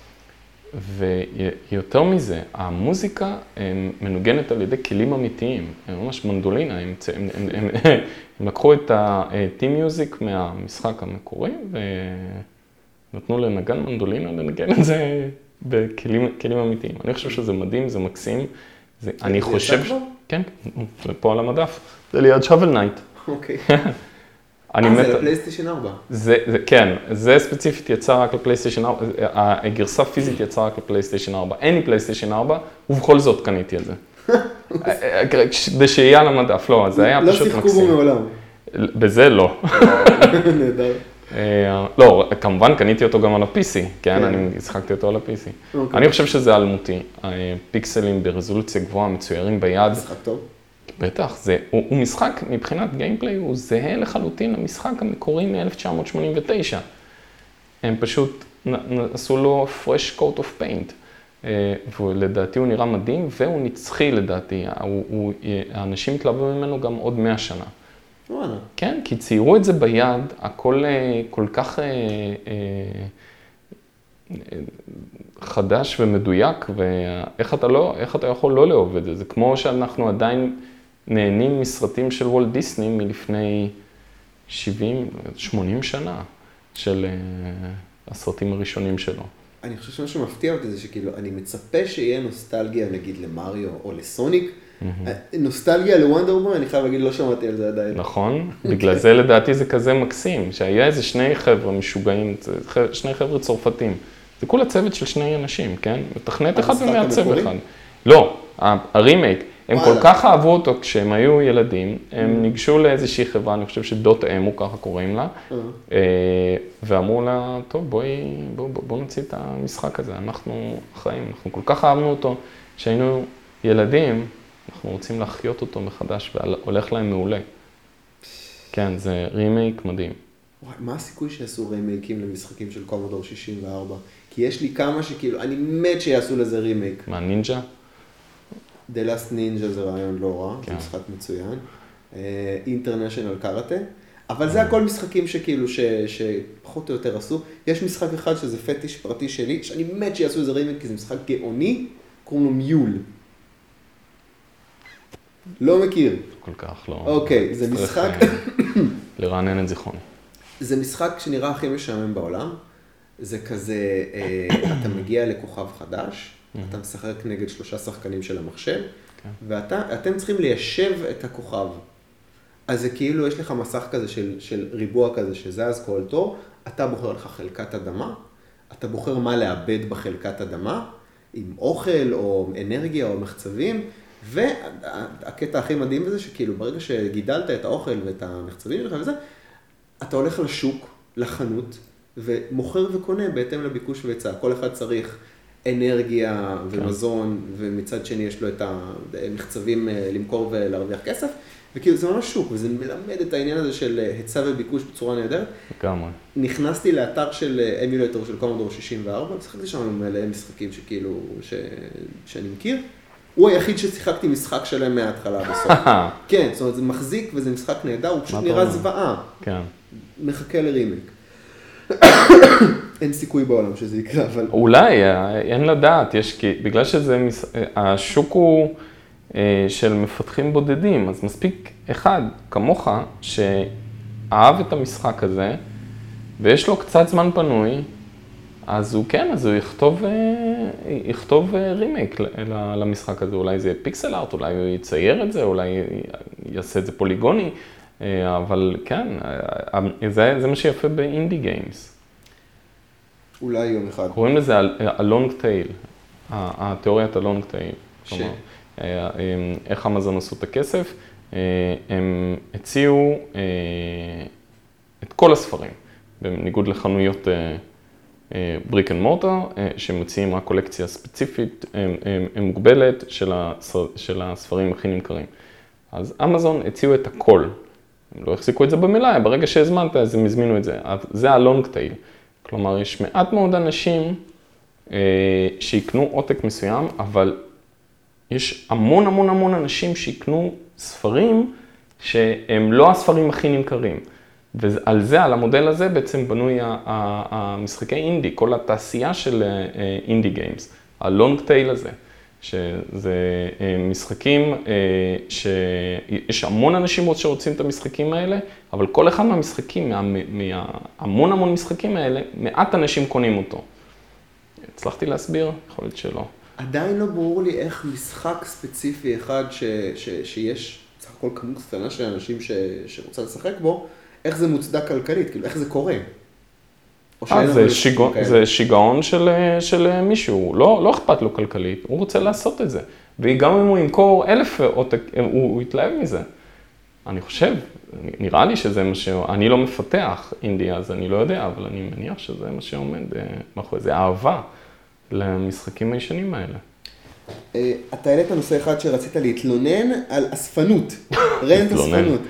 ויותר מזה, המוזיקה מנוגנת על ידי כלים אמיתיים, הם ממש מנדולינה, הם לקחו את ה-Team Music מהמשחק המקורי ונתנו לנגן מנדולינה לנגן את זה בכלים אמיתיים. אני חושב שזה מדהים, זה מקסים. אני חושב... כן, זה פה על המדף, זה ליד Shovel Knight. אוקיי. זה לפלייסטיישן 4. כן, זה ספציפית יצא רק לפלייסטיישן 4, הגרסה פיזית יצאה רק לפלייסטיישן 4. אין לי פלייסטיישן 4, ובכל זאת קניתי את זה. כדי שיהיה על המדף, לא, זה היה פשוט מקסים. לא שיחקו בו מעולם. בזה לא. נהדר. לא, כמובן קניתי אותו גם על ה-PC, כן, אני שחקתי אותו על ה-PC. אני חושב שזה אלמותי, פיקסלים ברזולוציה גבוהה, מצוירים ביד. משחק טוב. בטח, הוא משחק, מבחינת גיימפליי, הוא זהה לחלוטין למשחק המקורי מ-1989. הם פשוט עשו לו fresh coat of paint, ולדעתי הוא נראה מדהים, והוא נצחי לדעתי, האנשים התלהבו ממנו גם עוד 100 שנה. וואלה. כן, כי ציירו את זה ביד, הכל כל כך חדש ומדויק, ואיך אתה יכול לא לאהוב את זה? זה כמו שאנחנו עדיין נהנים מסרטים של וולט דיסני מלפני 70-80 שנה של הסרטים הראשונים שלו. אני חושב שמשהו מפתיע אותי זה שכאילו, אני מצפה שיהיה נוסטלגיה נגיד למריו או לסוניק, נוסטלגיה לוונדר בוי, אני חייב להגיד, לא שמעתי על זה עדיין. נכון, בגלל זה לדעתי זה כזה מקסים, שהיה איזה שני חבר'ה משוגעים, שני חבר'ה צרפתים. זה כולה צוות של שני אנשים, כן? מתכנת אחד ומעצב אחד. לא, הרימייק, הם כל כך אהבו אותו כשהם היו ילדים, הם ניגשו לאיזושהי חברה, אני חושב שדוט אמו, ככה קוראים לה, ואמרו לה, טוב, בוא נוציא את המשחק הזה, אנחנו אחראים, אנחנו כל כך אהבנו אותו, כשהיינו ילדים, אנחנו רוצים להחיות אותו מחדש, והולך להם מעולה. כן, זה רימייק מדהים. מה הסיכוי שיעשו רימייקים למשחקים של קומודור 64? כי יש לי כמה שכאילו, אני מת שיעשו לזה רימייק. מה, נינג'ה? The Last Ninja זה רעיון לא רע, זה משחק מצוין. International Karate. אבל זה הכל משחקים שכאילו, שפחות או יותר עשו. יש משחק אחד שזה פטיש פרטי שלי, שאני מת שיעשו איזה רימייק, כי זה משחק גאוני, קוראים לו מיול. לא מכיר. כל כך לא. אוקיי, זה משחק... לרענן את זיכרוני. זה משחק שנראה הכי משעמם בעולם. זה כזה, אתה מגיע לכוכב חדש, אתה משחק נגד 3 שחקנים של המחשב, ואתם צריכים ליישב את הכוכב. אז זה כאילו, יש לך מסך כזה של ריבוע כזה שזז כל תור, אתה בוחר לך חלקת אדמה, אתה בוחר מה לאבד בחלקת אדמה, עם אוכל או אנרגיה או מחצבים, והקטע הכי מדהים בזה שכאילו ברגע שגידלת את האוכל ואת המחצבים שלך וזה, אתה הולך לשוק, לחנות, ומוכר וקונה בהתאם לביקוש והיצע. כל אחד צריך אנרגיה ומזון, ומצד שני יש לו את המחצבים למכור ולהרוויח כסף, וכאילו זה ממש שוק, וזה מלמד את העניין הזה של היצע וביקוש בצורה נהדרת. לגמרי. נכנסתי לאתר של אמולטור של קומודור 64, ושחקתי שם מלא משחקים שכאילו, שאני מכיר. הוא היחיד ששיחקתי משחק שלהם מההתחלה בסוף. כן, זאת אומרת, זה מחזיק וזה משחק נהדר, הוא פשוט נראה זוועה. כן. מחכה לרימייק. אין סיכוי בעולם שזה יקרה, אבל... אולי, אין לדעת, בגלל שזה, השוק הוא של מפתחים בודדים, אז מספיק אחד כמוך שאהב את המשחק הזה, ויש לו קצת זמן פנוי, אז הוא כן, אז הוא יכתוב רימייק למשחק הזה, אולי זה פיקסל ארט, אולי הוא יצייר את זה, אולי יעשה את זה פוליגוני, אבל כן, זה מה שיפה באינדי גיימס. אולי יום אחד. קוראים לזה הלונג טייל, התיאוריית הלונג טייל. כלומר, איך אמזון עשו את הכסף, הם הציעו את כל הספרים, בניגוד לחנויות בריק אנד מורטר, שמציעים רק קולקציה ספציפית, מוגבלת של הספרים הכי נמכרים. אז אמזון הציעו את הכל. הם לא החזיקו את זה במלאי, ברגע שהזמנת, אז הם הזמינו את זה. זה הלונג טייל. כלומר, יש מעט מאוד אנשים שיקנו עותק מסוים, אבל יש המון המון המון אנשים שיקנו ספרים שהם לא הספרים הכי נמכרים. ועל זה, על המודל הזה בעצם בנוי המשחקי אינדי, כל התעשייה של אינדי גיימס, הלונג טייל הזה, שזה משחקים שיש המון אנשים שרוצים את המשחקים האלה, אבל כל אחד מהמשחקים, מהמון המון משחקים האלה, מעט אנשים קונים אותו. הצלחתי להסביר? יכול להיות שלא. עדיין לא ברור לי איך משחק ספציפי אחד שיש סך הכל כמות קטנה של אנשים שרוצה לשחק בו, איך זה מוצדק כלכלית, כאילו איך זה קורה? זה שיגעון של מישהו, לא אכפת לו כלכלית, הוא רוצה לעשות את זה. וגם אם הוא ימכור 1,000 עותק, הוא יתלהב מזה. אני חושב, נראה לי שזה מה אני לא מפתח אינדי, אז אני לא יודע, אבל אני מניח שזה מה שעומד מאחורי זה, אהבה למשחקים הישנים האלה. אתה העלית נושא אחד שרצית להתלונן על אספנות, רנט אספנות.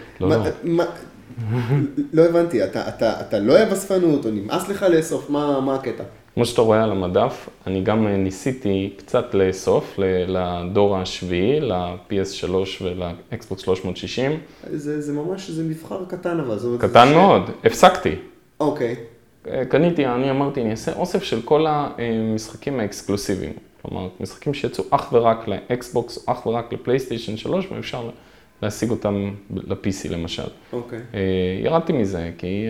לא הבנתי, אתה לא אוהב אספנות או נמאס לך לאסוף, מה הקטע? כמו שאתה רואה על המדף, אני גם ניסיתי קצת לאסוף לדור השביעי, ל-PS3 ול-Xbox 360. זה ממש, זה מבחר קטן אבל. קטן מאוד, הפסקתי. אוקיי. קניתי, אני אמרתי, אני אעשה אוסף של כל המשחקים האקסקלוסיביים. כלומר, משחקים שיצאו אך ורק ל-Xbox, אך ורק לפלייסטיישן 3, ואפשר להשיג אותם ל-PC למשל. אוקיי. ירדתי מזה, כי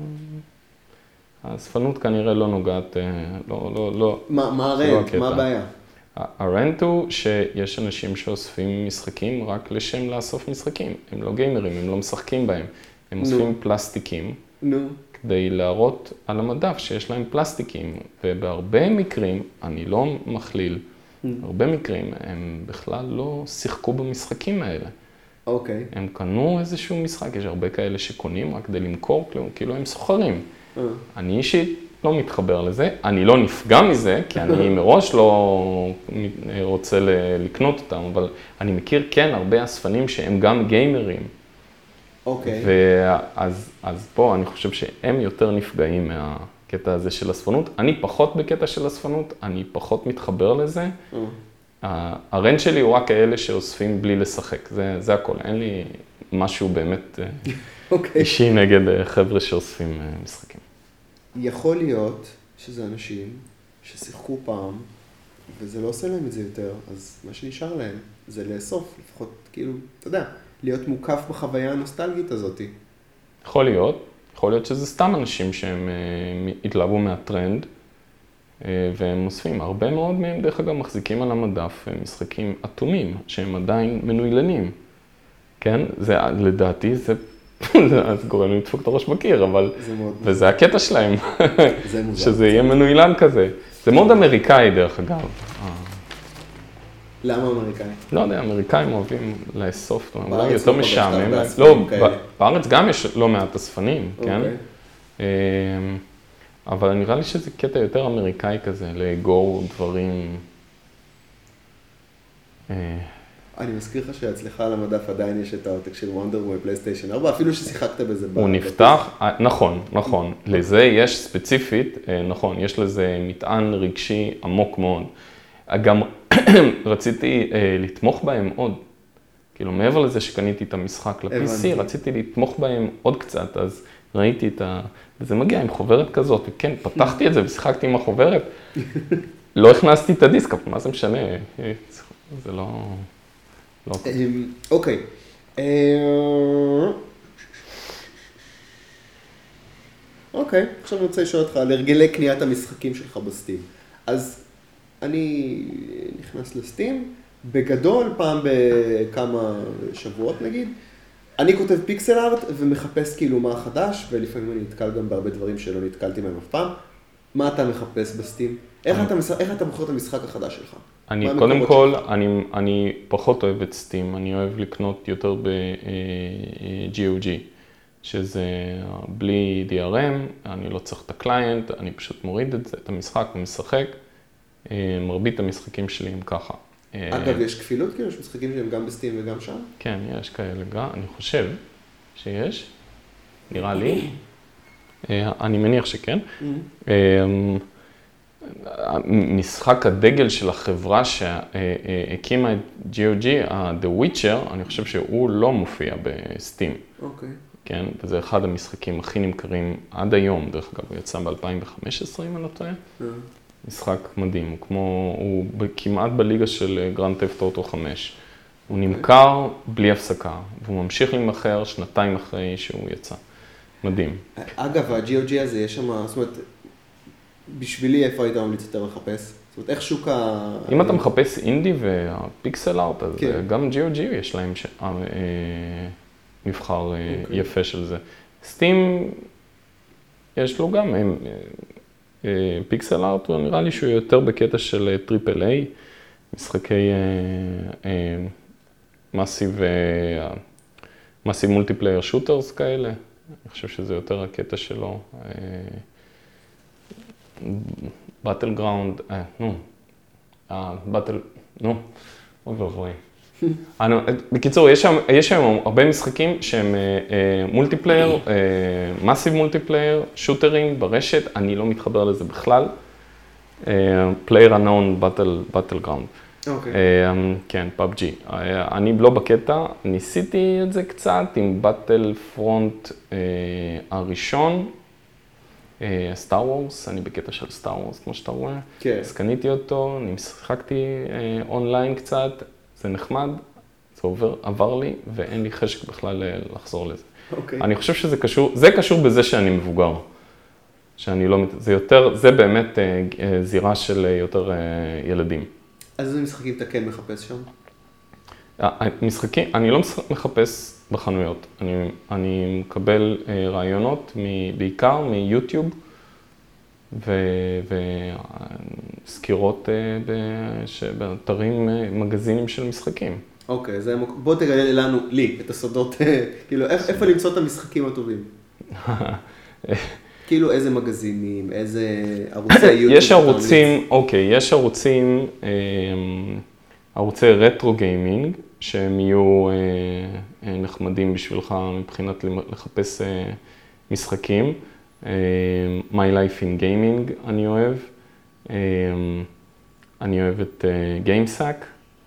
האספנות כנראה לא נוגעת, לא... מה הרנט? מה הבעיה? הרנט הוא שיש אנשים שאוספים משחקים רק לשם לאסוף משחקים. הם לא גיימרים, הם לא משחקים בהם. הם אוספים פלסטיקים. כדי להראות על המדף שיש להם פלסטיקים, ובהרבה מקרים, אני לא מכליל, הרבה מקרים הם בכלל לא שיחקו במשחקים האלה. אוקיי. הם קנו איזשהו משחק, יש הרבה כאלה שקונים רק כדי למכור, כאילו הם סוחרים. אני אישית לא מתחבר לזה, אני לא נפגע מזה, כי אני מראש לא רוצה לקנות אותם, אבל אני מכיר כן הרבה אספנים שהם גם גיימרים. אוקיי. אז פה אני חושב שהם יותר נפגעים מהקטע הזה של אספנות. אני פחות בקטע של אספנות, אני פחות מתחבר לזה. הרנט שלי הוא רק כאלה שאוספים בלי לשחק, זה הכל. אין לי משהו באמת אישי נגד חבר'ה שאוספים משחקים. יכול להיות שזה אנשים ששיחקו פעם, וזה לא עושה להם את זה יותר, אז מה שנשאר להם זה לאסוף, לפחות כאילו, אתה יודע, להיות מוקף בחוויה הנוסטלגית הזאת. יכול להיות שזה סתם אנשים שהם התלהבו מהטרנד, והם אוספים. הרבה מאוד מהם דרך אגב מחזיקים על המדף משחקים אטומים, שהם עדיין מנוילנים. כן? לדעתי זה גורם לי לדפוק את הראש בקיר, אבל... וזה הקטע שלהם. זה מוזר. שזה יהיה מנוילן כזה. זה מאוד אמריקאי דרך אגב. למה אמריקאי? לא יודע, אמריקאים אוהבים לאסוף, אולי יותר משעמם. לא, בארץ גם יש לא מעט אספנים, כן? אבל נראה לי שזה קטע יותר אמריקאי כזה, לאגור דברים. אני מזכיר לך שאצלך על המדף עדיין יש את העותק של וונדר וומן פלייסטיישן 4, אפילו ששיחקת בזה. הוא נפתח, נכון. לזה יש ספציפית, נכון, יש לזה מטען רגשי עמוק מאוד. גם רציתי לתמוך בהם עוד. כאילו, מעבר לזה שקניתי את המשחק ל-PC, רציתי לתמוך בהם עוד קצת, אז ראיתי וזה מגיע עם חוברת כזאת, וכן, פתחתי את זה ושיחקתי עם החוברת. לא הכנסתי את הדיסק, אבל מה זה משנה? זה לא... אוקיי. אוקיי, עכשיו אני רוצה לשאול אותך על הרגלי קניית המשחקים שלך בסטים. אז אני נכנס לסטים, בגדול, פעם בכמה שבועות נגיד, אני כותב פיקסל ארט ומחפש כאילו מה חדש, ולפעמים אני נתקל גם בהרבה דברים שלא נתקלתי מהם אף פעם. מה אתה מחפש בסטים? איך אתה בוחר את המשחק החדש שלך? קודם כל, אני פחות אוהב את סטים, אני אוהב לקנות יותר ב-GOG, שזה בלי DRM, אני לא צריך את הקליינט, אני פשוט מוריד את המשחק ומשחק, מרבית המשחקים שלי הם ככה. אגב, יש כפילות כאילו, יש משחקים שהם גם בסטים וגם שם? כן, יש כאלה גם, אני חושב שיש, נראה לי, אני מניח שכן. משחק הדגל של החברה שהקימה את GOG, The Witcher, אני חושב שהוא לא מופיע בסטים. אוקיי. כן, וזה אחד המשחקים הכי נמכרים עד היום, דרך אגב, הוא יצא ב-2015, אם אני לא טועה. משחק מדהים, הוא כמעט בליגה של גרנד ת'אפט אוטו 5. הוא נמכר בלי הפסקה, והוא ממשיך להימכר שנתיים אחרי שהוא יצא. מדהים. אגב, ה-GOG הזה יש שם, זאת אומרת, בשבילי איפה היית ממליץ יותר לחפש? זאת אומרת, איך שוק אם אתה מחפש אינדי והפיקסל ארט, אז גם GOG יש להם מבחר יפה של זה. סטים, יש לו גם פיקסל ארט, הוא נראה לי שהוא יותר בקטע של טריפל איי, משחקי מאסיב מולטיפלייר שוטרס כאלה. אני חושב שזה יותר הקטע שלו. באטל גראונד, אוי ואבוי. בקיצור, יש היום הרבה משחקים שהם מולטיפלייר, מאסיב מולטיפלייר, שוטרים ברשת, אני לא מתחבר לזה בכלל. Player Unknown Battleground. כן, PUBG. אני לא בקטע, ניסיתי את זה קצת עם Battlefront הראשון, סטאר וורס, אני בקטע של סטאר וורס, כמו שאתה רואה. כן. אז קניתי אותו, אני משחקתי אונליין קצת, זה נחמד, זה עבר לי, ואין לי חשק בכלל לחזור לזה. אוקיי. אני חושב שזה קשור, זה קשור בזה שאני מבוגר. שאני לא, זה באמת זירה של יותר ילדים. אז איזה משחקים אתה כן מחפש שם? משחקים, אני לא מחפש בחנויות. אני מקבל רעיונות בעיקר מיוטיוב סקירות באתרים, מגזינים של משחקים. אוקיי, בוא תגלה לנו, לי, את הסודות, כאילו, איפה למצוא את המשחקים הטובים? כאילו, איזה מגזינים, איזה ערוצי יוטיוב? יש ערוצים, אוקיי, יש ערוצי רטרו גיימינג, שהם יהיו נחמדים בשבילך מבחינת לחפש משחקים. My Life in Gaming אני אוהב. אני אוהב את GameSack.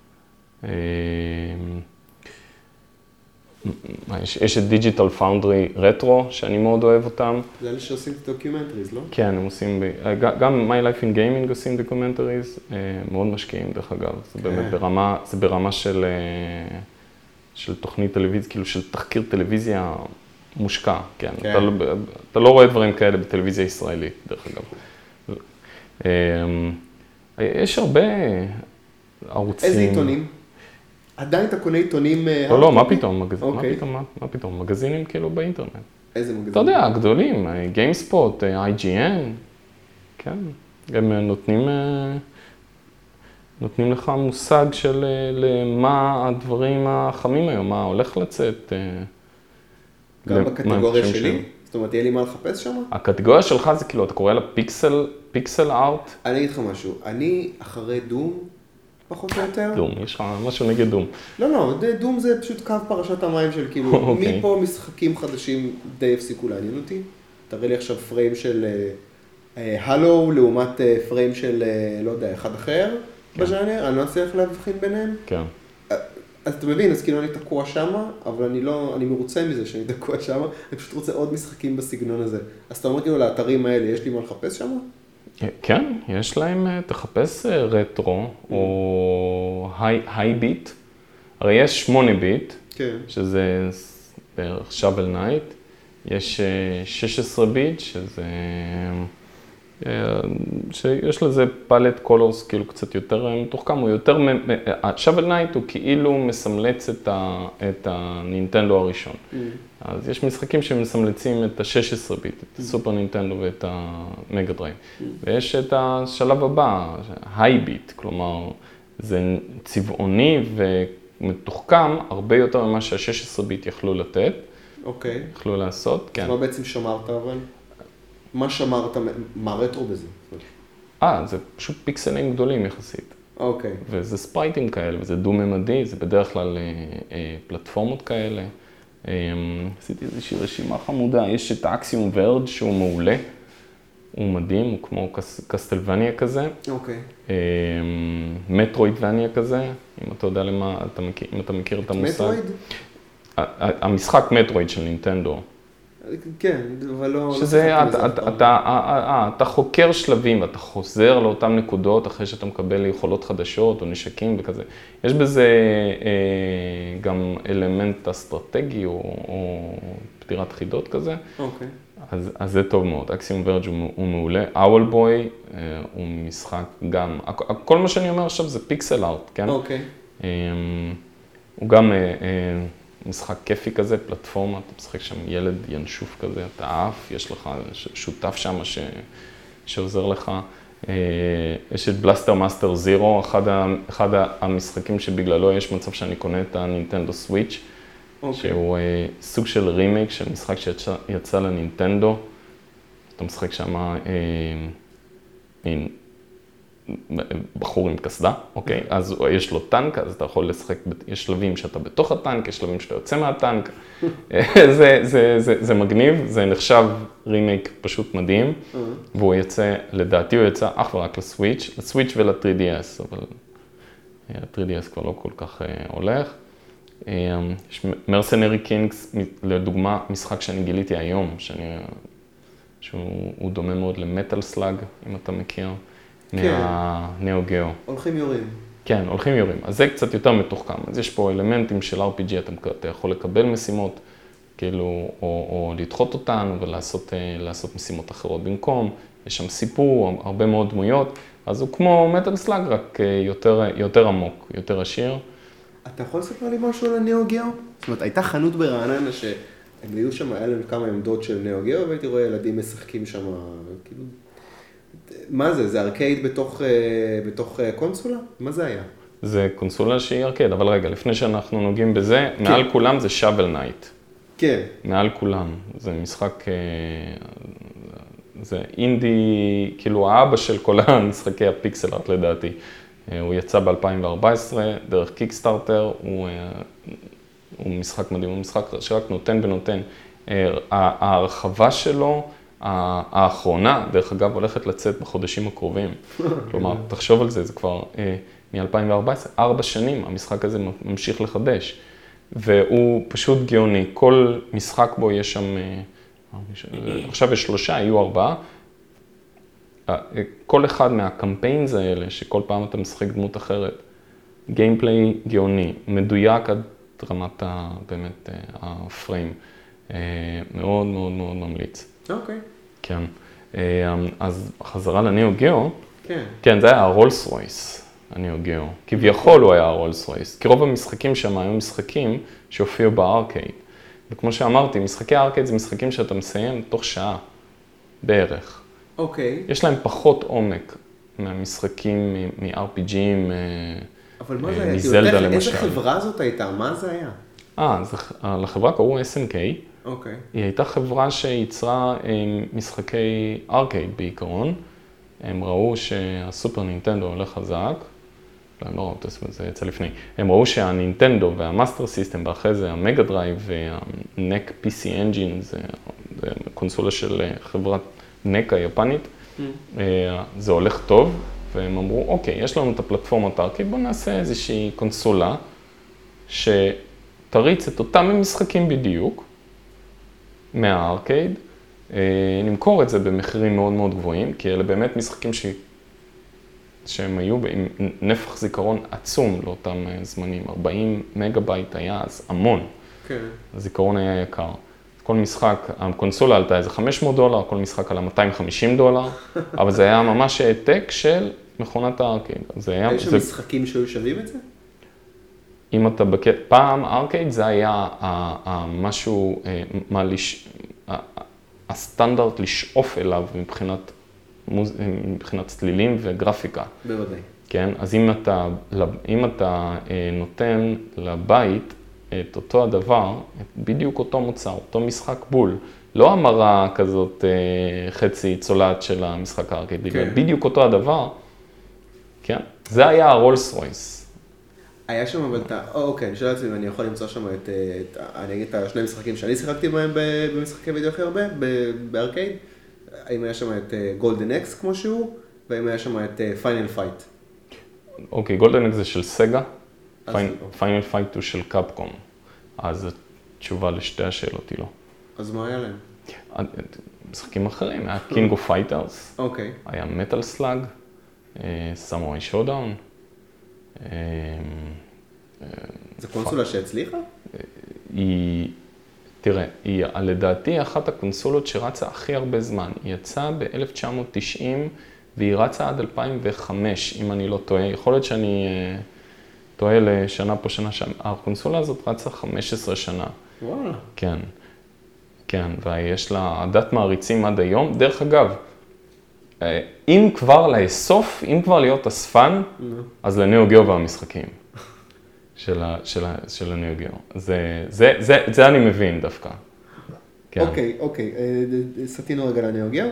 יש את Digital Foundry Retro, שאני מאוד אוהב אותם. זה אלה שעושים את דוקומנטריז, לא? כן, הם עושים, גם My Life in Gaming עושים דוקומנטריז, מאוד משקיעים דרך אגב. זה באמת ברמה של תוכנית טלוויזיה, כאילו של תחקיר טלוויזיה מושקע, כן. אתה לא רואה דברים כאלה בטלוויזיה ישראלית, דרך אגב. יש הרבה ערוצים. איזה עיתונים? עדיין אתה קונה עיתונים? לא, מה פתאום? מגזינים כאילו באינטרנט. איזה מגזינים? אתה יודע, הגדולים, GameSpot, IGN, כן. הם נותנים לך מושג של למה הדברים החמים היום, מה הולך לצאת. גם בקטגוריה שלי? זאת אומרת, יהיה לי מה לחפש שם? הקטגוריה שלך זה כאילו, אתה קורא לה פיקסל ארט? אני אגיד לך משהו, אני אחרי דום, פחות או יותר. דום, יש לך משהו נגד דום. לא, דום זה פשוט קו פרשת המים של כאילו, מפה משחקים חדשים די הפסיקו לעניין אותי. תראה לי עכשיו פריים של הלו לעומת פריים של, לא יודע, אחד אחר בז'אנר, אני לא אצליח להבחין ביניהם. כן. אז אתה מבין, אז כאילו אני תקוע שמה, אבל אני מרוצה מזה שאני תקוע שמה, אני פשוט רוצה עוד משחקים בסגנון הזה. אז אתה אומר כאילו לאתרים האלה, יש לי מה לחפש שמה? כן, יש להם, תחפש רטרו או היי ביט, הרי יש 8 ביט, שזה בערך שובל נייט, יש 16 ביט, שיש לזה פלט קולורס כאילו קצת יותר מתוחכם, הוא יותר, שובל נייט הוא כאילו מסמלץ את הנינטנדו הראשון. אז יש משחקים שמסמלצים את ה-16 ביט, את הסופר נינטנדו ואת המגה דרייב. ויש את השלב הבא, היי ביט, כלומר זה צבעוני ומתוחכם הרבה יותר ממה שה-16 ביט יכלו לתת. אוקיי. יכלו לעשות, כן. אז מה בעצם שמרת אבל? מה שמרת, מה רטרו בזה? זה פשוט פיקסלים גדולים יחסית. אוקיי. וזה ספרייטים כאלה, וזה דו-ממדי, זה בדרך כלל פלטפורמות כאלה. עשיתי איזושהי רשימה חמודה, יש את האקסיום ורד שהוא מעולה, הוא מדהים, הוא כמו קסטלווניה כזה. אוקיי. מטרוידווניה כזה, אם אתה יודע למה, אם אתה מכיר את המושג. מטרויד? המשחק מטרויד של נינטנדו. כן, אבל לא... שזה, אתה חוקר שלבים, אתה חוזר לאותן נקודות אחרי שאתה מקבל יכולות חדשות או נשקים וכזה. יש בזה גם אלמנט אסטרטגי או פתירת חידות כזה. אוקיי. אז זה טוב מאוד. אקסיום ורג' הוא מעולה. אוול בוי הוא משחק גם, כל מה שאני אומר עכשיו זה פיקסל ארט, כן? אוקיי. הוא גם משחק כיפי כזה, פלטפורמה, אתה משחק שם ילד ינשוף כזה, אתה עף, יש לך שותף שם שעוזר לך. יש את בלאסטר מאסטר זירו, אחד המשחקים שבגללו יש מצב שאני קונה את הנינטנדו סוויץ', שהוא סוג של רימייק של משחק שיצא לנינטנדו. אתה משחק שם בחור עם קסדה, אוקיי? אז יש לו טנק, אז אתה יכול לשחק, יש שלבים שאתה בתוך הטנק, יש שלבים שאתה יוצא מהטנק. זה מגניב, זה נחשב רימייק פשוט מדהים, והוא יצא, לדעתי הוא יצא אך ורק לסוויץ' ול-3DS, אבל ה-3DS כבר לא כל כך הולך. יש מרסנרי קינגס, לדוגמה, משחק שאני גיליתי היום, שהוא דומה מאוד למטל סלאג, אם אתה מכיר. מהנאו גיאו. הולכים יורים. כן, הולכים יורים. אז זה קצת יותר מתוחכם. אז יש פה אלמנטים של RPG, אתה יכול לקבל משימות, כאילו, או לדחות אותן, ולעשות משימות אחרות במקום. יש שם סיפור, הרבה מאוד דמויות. אז הוא כמו מטל סלאג, רק יותר עמוק, יותר עשיר. אתה יכול לספר לי משהו על הנאו גיאו? זאת אומרת, הייתה חנות ברעננה שהם היו שם, היה להם כמה עמדות של נאו גיאו, והייתי רואה ילדים משחקים שם, כאילו... מה זה? זה ארקייד בתוך קונסולה? מה זה היה? זה קונסולה שהיא ארקייד, אבל רגע, לפני שאנחנו נוגעים בזה, מעל כולם זה שוול נייט. כן. מעל כולם. זה משחק, זה אינדי, כאילו האבא של כל המשחקי הפיקסל ארט לדעתי. הוא יצא ב-2014 דרך קיקסטארטר, הוא משחק מדהים, הוא משחק שרק נותן ונותן. ההרחבה שלו, האחרונה, דרך אגב, הולכת לצאת בחודשים הקרובים. כלומר, תחשוב על זה, זה כבר מ-2014, 4 שנים, המשחק הזה ממשיך לחדש. והוא פשוט גאוני, כל משחק בו יש שם, עכשיו יש 3, יהיו 4. כל אחד מהקמפיינס האלה, שכל פעם אתה משחק דמות אחרת, גיימפליי גאוני, מדויק עד רמת באמת הפריים. מאוד מאוד מאוד ממליץ. אוקיי. כן. אז חזרה לניאו גיאו. כן. כן, זה היה הרולס רויס, הניאו גיאו. כביכול הוא היה הרולס רויס. כי רוב המשחקים שם היו משחקים שהופיעו בארקייד. וכמו שאמרתי, משחקי הארקייד זה משחקים שאתה מסיים תוך שעה, בערך. אוקיי. יש להם פחות עומק מהמשחקים, מ-RPGים, אבל מה זה היה? מזלדה למשל. איזה חברה זאת הייתה? מה זה היה? לחברה קראו SNK. אוקיי. היא הייתה חברה שייצרה משחקי ארקייד בעיקרון. הם ראו שהסופר נינטנדו הולך חזק. לא, לא, זה יצא לפני. הם ראו שהנינטנדו והמאסטר סיסטם, ואחרי זה המגה דרייב והנק PC Engine, זה קונסולה של חברת נק היפנית. זה הולך טוב, והם אמרו, אוקיי, יש לנו את הפלטפורמת הארקייד, בואו נעשה איזושהי קונסולה שתריץ את אותם המשחקים בדיוק מהארקייד, נמכור את זה במחירים מאוד מאוד גבוהים, כי אלה באמת משחקים שהם היו עם נפח זיכרון עצום לאותם זמנים. 40 מגה-בייט היה אז המון. כן. הזיכרון היה יקר. כל משחק, הקונסולה עלתה איזה $500, כל משחק עלה $250, אבל זה היה ממש העתק של מכונת הארקייד. יש שם משחקים שהיו שווים את זה? אם אתה פעם ארקייד זה היה משהו, הסטנדרט לשאוף אליו מבחינת צלילים וגרפיקה. בוודאי. כן, אז אם אתה נותן לבית את אותו הדבר, בדיוק אותו מוצר, אותו משחק בול, לא המרה כזאת חצי צולעת של המשחק הארקייד, כן. בדיוק אותו הדבר, כן, זה היה הרולס רויס. היה שם אבל אוקיי, אני שואל לעצמי אם אני יכול למצוא שם אני אגיד את השני משחקים שאני שיחקתי בהם במשחקי וידאו הכי הרבה, בארקייד, האם היה שם את גולדן אקס כמו שהוא, והאם היה שם את פיינל פייט. אוקיי, גולדן אקס זה של סגה, פיינל פייט הוא של קאפקום, אז התשובה לשתי השאלות היא לא. אז מה היה להם? משחקים אחרים, היה קינג אוף פייטרס, אוקיי. היה מטל סלאג, סמוראי שואודאון. זו קונסולה שהצליחה? תראה, היא לדעתי אחת הקונסולות שרצה הכי הרבה זמן. היא יצאה ב-1990 והיא רצה עד 2005, אם אני לא טועה. יכול להיות שאני טועה לשנה פה, שנה שם. הקונסולה הזאת רצה 15 שנה. וואלה. כן, כן, ויש לה עדת מעריצים עד היום. דרך אגב, אם כבר לאסוף, אם כבר להיות אספן, אז לניאו גיאו והמשחקים של הניאו גיאו. זה אני מבין דווקא. אוקיי, סטינו רגע לניאו גיאו.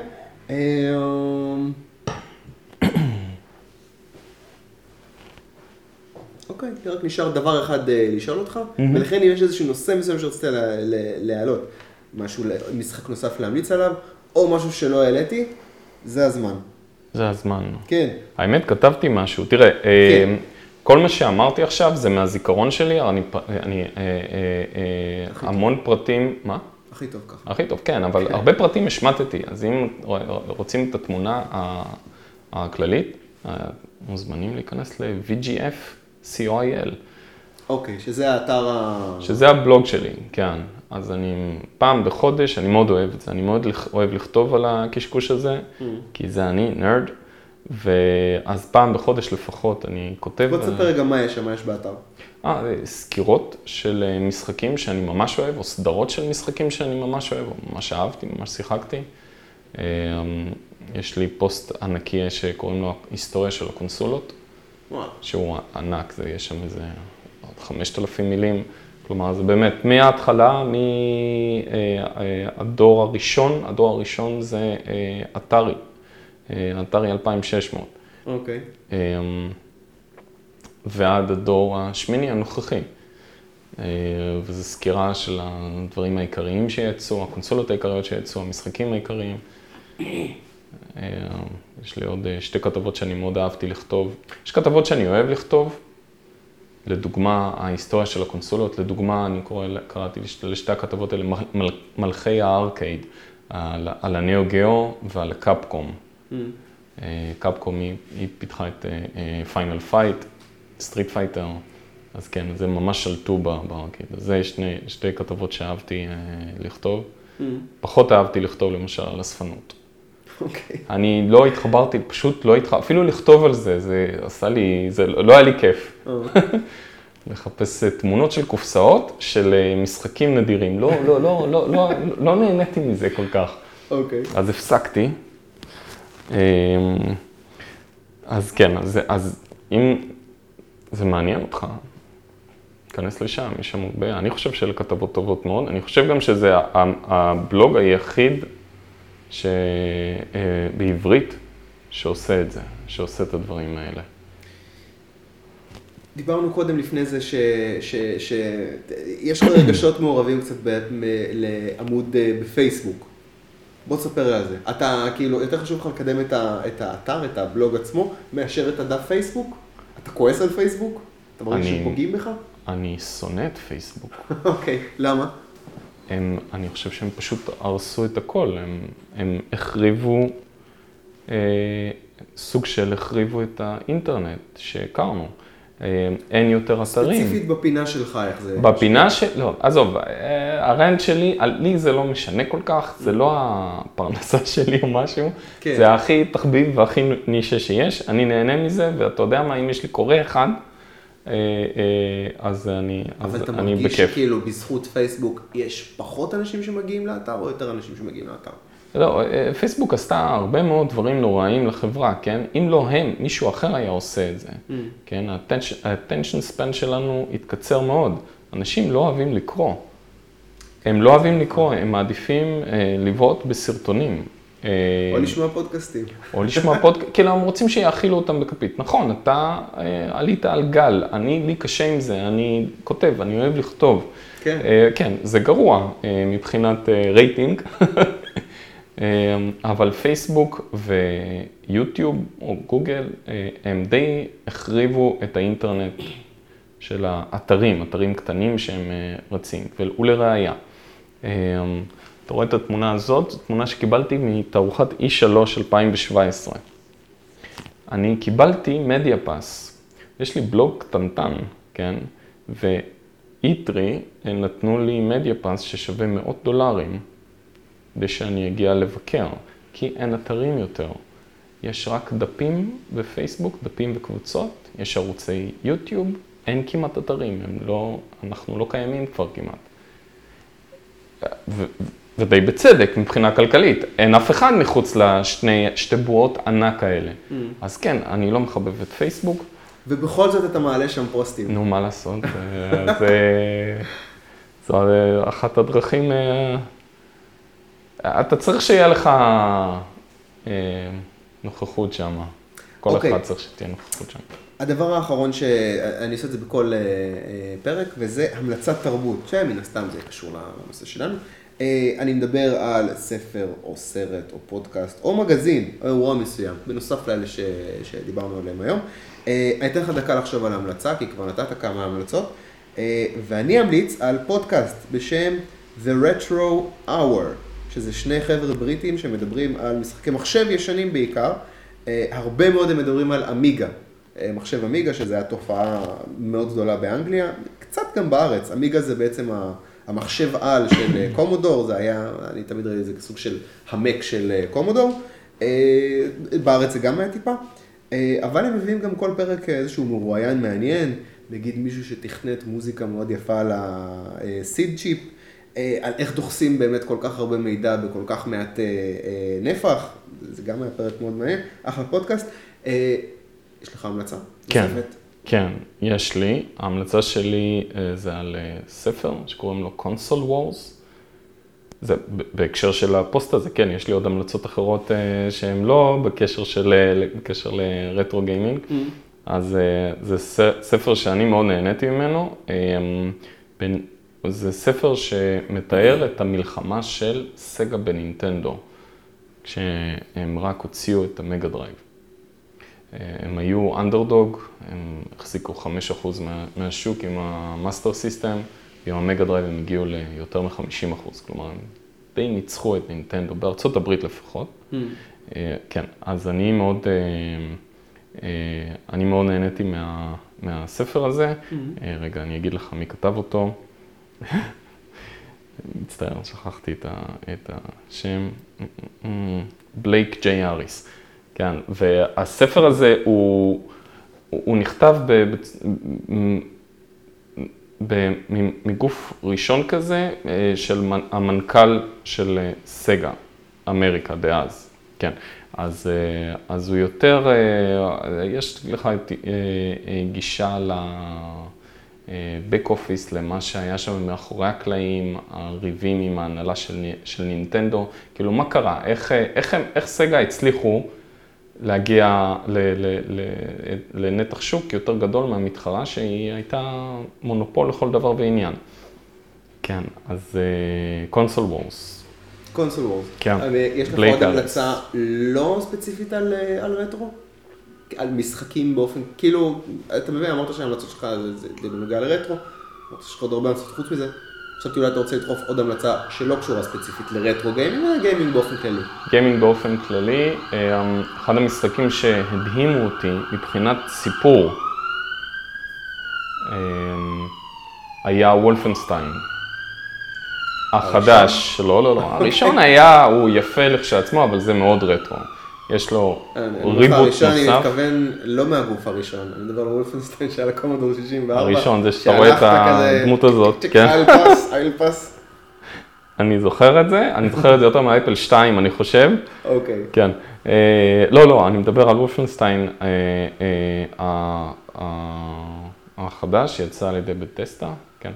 אוקיי, רק נשאר דבר אחד לשאול אותך, ולכן אם יש איזשהו נושא מסוים שרצית להעלות, משהו, משחק נוסף להמליץ עליו, או משהו שלא העליתי, זה הזמן. זה הזמן. כן. האמת, כתבתי משהו. תראה, כל מה שאמרתי עכשיו זה מהזיכרון שלי, אני המון פרטים, מה? הכי טוב ככה. הכי טוב, כן, אבל הרבה פרטים השמטתי, אז אם רוצים את התמונה הכללית, מוזמנים להיכנס ל-VGF COIL. אוקיי, שזה האתר שזה הבלוג שלי, כן. אז אני פעם בחודש, אני מאוד אוהב את זה, אני מאוד אוהב לכתוב על הקשקוש הזה, כי זה אני, נרד, ואז פעם בחודש לפחות אני כותב... בוא תספר רגע מה יש באתר. סקירות של משחקים שאני ממש אוהב, או סדרות של משחקים שאני ממש אוהב, או ממש אהבתי, ממש שיחקתי. יש לי פוסט ענקי שקוראים לו היסטוריה של הקונסולות, שהוא ענק, יש שם איזה 5,000 מילים, כלומר זה באמת מההתחלה, מהדור הראשון זה אתרי, אתרי 2600. אוקיי. ועד הדור השמיני הנוכחי. וזו סקירה של הדברים העיקריים שיצאו, הקונסולות העיקריות שיצאו, המשחקים העיקריים. יש לי עוד 2 כתבות שאני מאוד אהבתי לכתוב. יש כתבות שאני אוהב לכתוב, לדוגמה, ההיסטוריה של הקונסולות, לדוגמה, אני קראתי לשתי הכתבות האלה, מלכי הארקייד, על הניאו גאו ועל קאפקום. קאפקום היא פיתחה את פיינל פייט, סטריט פייטר, אז כן, זה ממש שלטו בארקייד. אז זה שתי כתבות שאהבתי לכתוב. פחות אהבתי לכתוב למשל על הספנות. אוקיי. אני לא התחברתי, פשוט לא התחברתי, אפילו לכתוב על זה, זה עשה לי, זה לא היה לי כיף. לחפש תמונות של קופסאות של משחקים נדירים. לא נהניתי מזה כל כך. אוקיי. אז הפסקתי. אז כן, אז אם זה מעניין אותך, כנס לשם, יש שם הרבה, אני חושב שאלה כתבות טובות מאוד, אני חושב גם שזה הבלוג היחיד בעברית שעושה את זה, שעושה את הדברים האלה. דיברנו קודם לפני זה שיש לך רגשות מעורבים קצת לעמוד בפייסבוק. בוא תספר על זה. אתה כאילו, יותר חשוב לך לקדם את האתר, את הבלוג עצמו, מאשר את הדף פייסבוק? אתה כועס על פייסבוק? אתה מרגיש שפוגעים בך? אני שונא את פייסבוק. אוקיי, למה? אני חושב שהם פשוט הרסו את הכל. הם החריבו, סוג של החריבו את האינטרנט שהכרנו. אין יותר אתרים. ספציפית בפינה שלך, איך זה? בפינה לא, עזוב, הרנט שלי, לי זה לא משנה כל כך, זה לא הפרנסה שלי או משהו, זה הכי תחביב והכי נישה שיש, אני נהנה מזה, ואתה יודע מה, אם יש לי קורא אחד, אז אני בכיף. אבל אתה מרגיש שכאילו בזכות פייסבוק יש פחות אנשים שמגיעים לאתר, או יותר אנשים שמגיעים לאתר? לא, פייסבוק עשתה הרבה מאוד דברים נוראים לחברה, כן? אם לא הם, מישהו אחר היה עושה את זה, כן? ה-attention span שלנו התקצר מאוד. אנשים לא אוהבים לקרוא. הם לא אוהבים לקרוא, הם מעדיפים לבעוט בסרטונים. או לשמוע פודקאסטים. או לשמוע פודקאסטים, כאילו הם רוצים שיאכילו אותם בכפית. נכון, אתה עלית על גל, לי קשה עם זה, אני כותב, אני אוהב לכתוב. כן. כן, זה גרוע מבחינת רייטינג. אבל פייסבוק ויוטיוב או גוגל, הם די החריבו את האינטרנט של האתרים, אתרים קטנים שהם רצים. ולראיה, אתה רואה את התמונה הזאת, זו תמונה שקיבלתי מתערוכת E3 2017. אני קיבלתי מדיה פאס, יש לי בלוג קטנטן, כן? ו-E3 נתנו לי מדיה פאס ששווה $100. כדי שאני אגיע לבקר, כי אין אתרים יותר. יש רק דפים בפייסבוק, דפים וקבוצות, יש ערוצי יוטיוב, אין כמעט אתרים, אנחנו לא קיימים כבר כמעט. ודי בצדק מבחינה כלכלית, אין אף אחד מחוץ לשתי בועות ענק האלה. אז כן, אני לא מחבב את פייסבוק. ובכל זאת אתה מעלה שם פוסטים. נו, מה לעשות? זו אחת הדרכים... אתה צריך שיהיה לך נוכחות שם. כל אחד צריך שתהיה נוכחות שם. הדבר האחרון שאני עושה את זה בכל פרק, וזה המלצת תרבות, שמן הסתם זה קשור לנושא שלנו. אני מדבר על ספר או סרט או פודקאסט או מגזין או אירוע מסוים, בנוסף לאלה שדיברנו עליהם היום. אני אתן לך דקה לחשוב על ההמלצה, כי כבר נתת כמה המלצות, ואני אמליץ על פודקאסט בשם The Retro Hour. שזה 2 חבר'ה בריטים שמדברים על משחקי מחשב ישנים בעיקר. הרבה מאוד הם מדברים על אמיגה, מחשב אמיגה, שזה היה תופעה מאוד גדולה באנגליה, קצת גם בארץ. אמיגה זה בעצם המחשב על של קומודור, זה היה, אני תמיד ראיתי את זה כסוג של המק של קומודור. בארץ זה גם היה טיפה, אבל הם מביאים גם כל פרק איזשהו מרואיין מעניין, נגיד מישהו שתכנת מוזיקה מאוד יפה על הסיד צ'יפ, על איך דוחסים באמת כל כך הרבה מידע בכל כך מעט נפח, זה גם היה פרק מאוד מעניין, אחלה פודקאסט. יש לך המלצה? כן, כן, יש לי. ההמלצה שלי זה על ספר שקוראים לו Console Wars. זה בהקשר של הפוסט הזה, כן, יש לי עוד המלצות אחרות שהן לא בקשר לרטרו גיימינג. אז זה ספר שאני מאוד נהניתי ממנו. זה ספר שמתאר את המלחמה של סגה בנינטנדו, כשהם רק הוציאו את המגה דרייב. הם היו אנדרדוג, הם החזיקו 5% מהשוק עם המאסטר סיסטם, ועם המגה דרייב הם הגיעו ליותר מ-50%, כלומר הם די ניצחו את נינטנדו, בארצות הברית לפחות. כן, אז אני מאוד נהניתי מהספר הזה. רגע, אני אגיד לך מי כתב אותו. מצטער, שכחתי את השם. בלייק ג'יי האריס. כן, והספר הזה הוא נכתב מגוף ראשון כזה של המנכ"ל של סגה, אמריקה דאז. כן, אז הוא יותר, יש לך גישה לבק אופיס, למה שהיה שם מאחורי הקלעים, הריבים עם ההנהלה של נינטנדו, כאילו מה קרה, איך סגה הצליחו להגיע לנתח שוק יותר גדול מהמתחרה שהיא הייתה מונופול לכל דבר ועניין. כן, אז קונסול וורס. קונסול וורס. כן. יש לך עוד המלצה לא ספציפית על רטרו? על משחקים באופן, כאילו, אתה מבין, אמרת שההמלצות שלך זה בנוגע לרטרו, אמרת שיש לך עוד הרבה המלצות חוץ מזה. חשבתי אולי אתה רוצה לדחוף עוד המלצה שלא קשורה ספציפית לרטרו גיימינג, אלא גיימינג באופן כללי. גיימינג באופן כללי, אחד המשחקים שהדהימו אותי מבחינת סיפור, היה וולפנשטיין. החדש, לא, הראשון הוא יפה לכשעצמו, אבל זה מאוד רטרו. יש לו ריבוט נוסף. הראשון, אני מתכוון לא מהגוף הראשון, אני מדבר על וולפנשטיין שהיה לקומודור 64. הראשון, זה שאתה רואה את הדמות הזאת. אייל פס. אני זוכר את זה יותר מהאפל 2, אני חושב. אוקיי. כן. לא, אני מדבר על וולפנשטיין החדש, שיצא על ידי בטסטה, כן.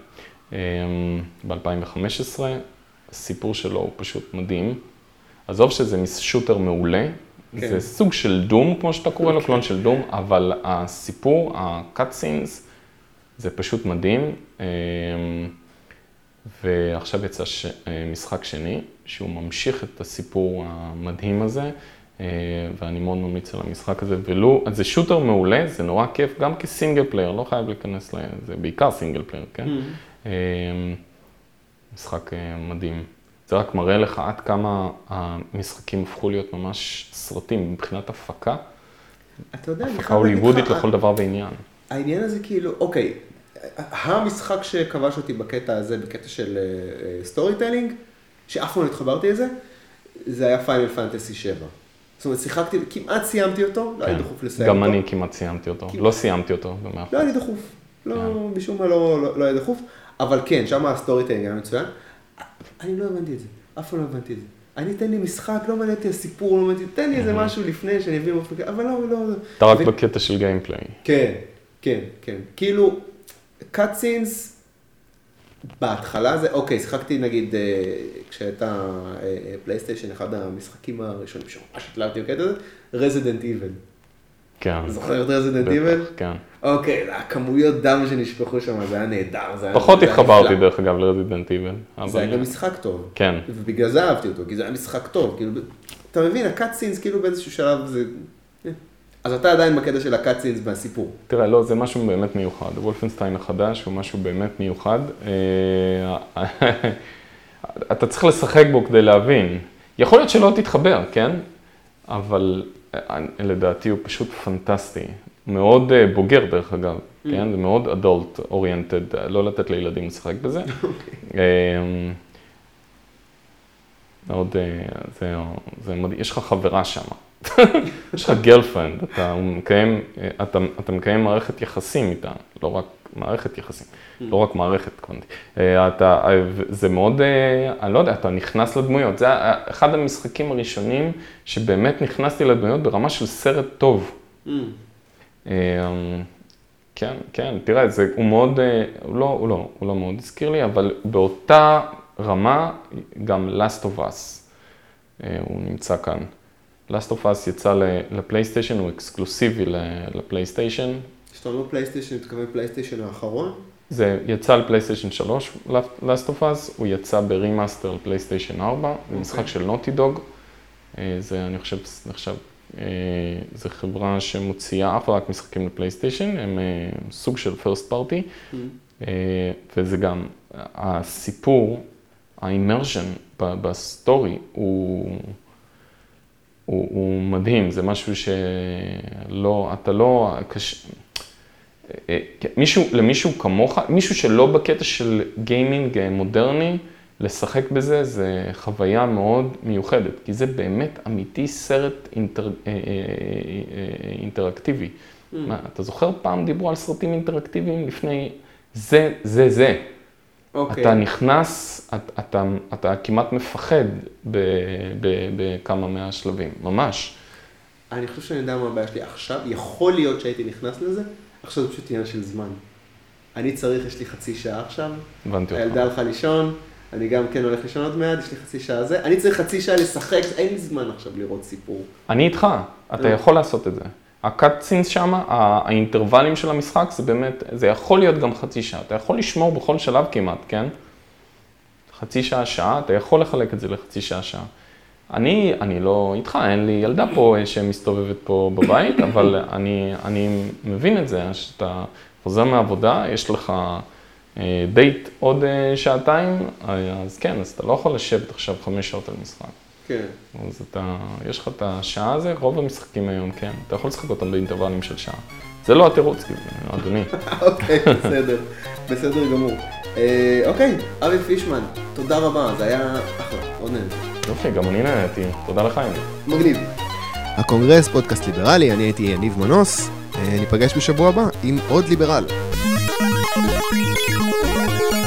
ב-2015, הסיפור שלו הוא פשוט מדהים. עזוב שזה שוטר מעולה, זה סוג של דום, כמו שאתה קורא לו, קלון של דום, אבל הסיפור, הקאטסינס, זה פשוט מדהים. ועכשיו יצא משחק שני, שהוא ממשיך את הסיפור המדהים הזה, ואני מאוד ממליץ על המשחק הזה, אז זה שוטר מעולה, זה נורא כיף, גם כסינגל פלייר, לא חייב להיכנס לזה, זה בעיקר סינגל פלייר, כן? משחק מדהים. זה רק מראה לך עד כמה המשחקים הפכו להיות ממש סרטים מבחינת הפקה. אתה יודע, הפקה הוליוודית לכל דבר ועניין. העניין הזה כאילו, אוקיי, המשחק שכבש אותי בקטע הזה, בקטע של סטורי טיילינג, שאף פעם לא התחברתי לזה, זה היה פיינל פנטסי 7. זאת אומרת, שיחקתי, כמעט סיימתי אותו, לא היה דחוף לסיים אותו. גם אני כמעט סיימתי אותו, לא סיימתי אותו. לא היה לי דחוף, משום מה לא היה דחוף, אבל כן, שם הסטורי טיילינג היה מצוין. אני לא הבנתי את זה, אף פעם לא הבנתי את זה. אני תן לי משחק, לא מעניין אותי הסיפור, לא מעניין אותי, תן לי איזה משהו לפני שאני אבין באופן כזה, אבל לא. אתה רק בקטע של גיימפליי. כן. כאילו, קאטסינס, בהתחלה זה, אוקיי, שיחקתי נגיד, כשהייתה פלייסטיישן, אחד המשחקים הראשונים שממש התלהבתי בקטע הזה, רזידנט איבל. כן. זוכר את רזידנט איבל? כן. אוקיי, הכמויות דם שנשפכו שם, זה היה נהדר. פחות התחברתי דרך אגב לרזידנט איבל. זה היה גם משחק טוב. כן. ובגלל זה אהבתי אותו, כי זה היה משחק טוב. אתה מבין, הקאטסינס כאילו באיזשהו שלב זה... אז אתה עדיין בקטע של הקאטסינס מהסיפור. תראה, לא, זה משהו באמת מיוחד. וולפנשטיין החדש הוא משהו באמת מיוחד. אתה צריך לשחק בו כדי להבין. יכול להיות שלא תתחבר, כן? אבל לדעתי הוא פשוט פנטסטי. מאוד בוגר דרך אגב, כן? זה מאוד adult oriented, לא לתת לילדים לשחק בזה. מאוד, יש לך חברה שם. יש לך גרלפרנד, אתה מקיים מערכת יחסים איתה, לא רק מערכת יחסים, לא רק מערכת, כוונתי. זה מאוד, אני לא יודע, אתה נכנס לדמויות, זה אחד המשחקים הראשונים שבאמת נכנסתי לדמויות ברמה של סרט טוב. כן, כן, תראה, הוא מאוד, הוא לא מאוד הזכיר לי, אבל באותה רמה גם Last of Us, הוא נמצא כאן. Last of Us יצא לפלייסטיישן, הוא אקסקלוסיבי לפלייסטיישן. כשאתה אומר פלייסטיישן, מתכוון פלייסטיישן האחרון? זה יצא לפלייסטיישן 3, Last of Us, הוא יצא ברימאסטר לפלייסטיישן 4, זה משחק של נוטי דוג. זה, אני חושב, זו חברה שמוציאה אף רק משחקים לפלייסטיישן, הם סוג של first party, וזה גם, הסיפור, האימרשן בסטורי הוא מדהים, זה משהו שלא, אתה לא, למישהו כמוך, מישהו שלא בקטע של גיימינג מודרני, לשחק בזה זה חוויה מאוד מיוחדת, כי זה באמת אמיתי סרט אינטראקטיבי. אתה זוכר פעם דיברו על סרטים אינטראקטיביים לפני זה. אתה נכנס, אתה כמעט מפחד בכמה מהשלבים, ממש. אני חושב שאני יודע מה הבעיה שלי עכשיו, יכול להיות שהייתי נכנס לזה, עכשיו זה פשוט עניין של זמן. אני צריך, יש לי חצי שעה עכשיו, הילדה הלכה לישון, אני גם כן הולך לישון עוד מעט, יש לי חצי שעה זה, אני צריך חצי שעה לשחק, אין לי זמן עכשיו לראות סיפור. אני איתך, אתה יכול לעשות את זה. הקאט-סינס שם, האינטרוולים של המשחק, זה באמת, זה יכול להיות גם חצי שעה. אתה יכול לשמור בכל שלב כמעט, כן? חצי שעה, שעה, אתה יכול לחלק את זה לחצי שעה, שעה. אני לא איתך, אין לי ילדה פה שמסתובבת פה בבית, אבל אני מבין את זה, שאתה חוזר מהעבודה, יש לך דייט עוד שעתיים, אז כן, אז אתה לא יכול לשבת עכשיו 5 שעות על משחק. כן. אז יש לך את השעה הזה, רוב המשחקים היום, כן. אתה יכול לשחק אותם באינטרוולים של שעה. זה לא התירוץ, אדוני. אוקיי, בסדר. בסדר גמור. אוקיי, אבי פישמן, תודה רבה, זה היה אחלה, עוד נהנתי. יופי, גם אני נהנתי. תודה לך, יניב. מגניב. הקונגרס, פודקאסט ליברלי, אני הייתי יניב מנוס. ניפגש בשבוע הבא עם עוד ליברל.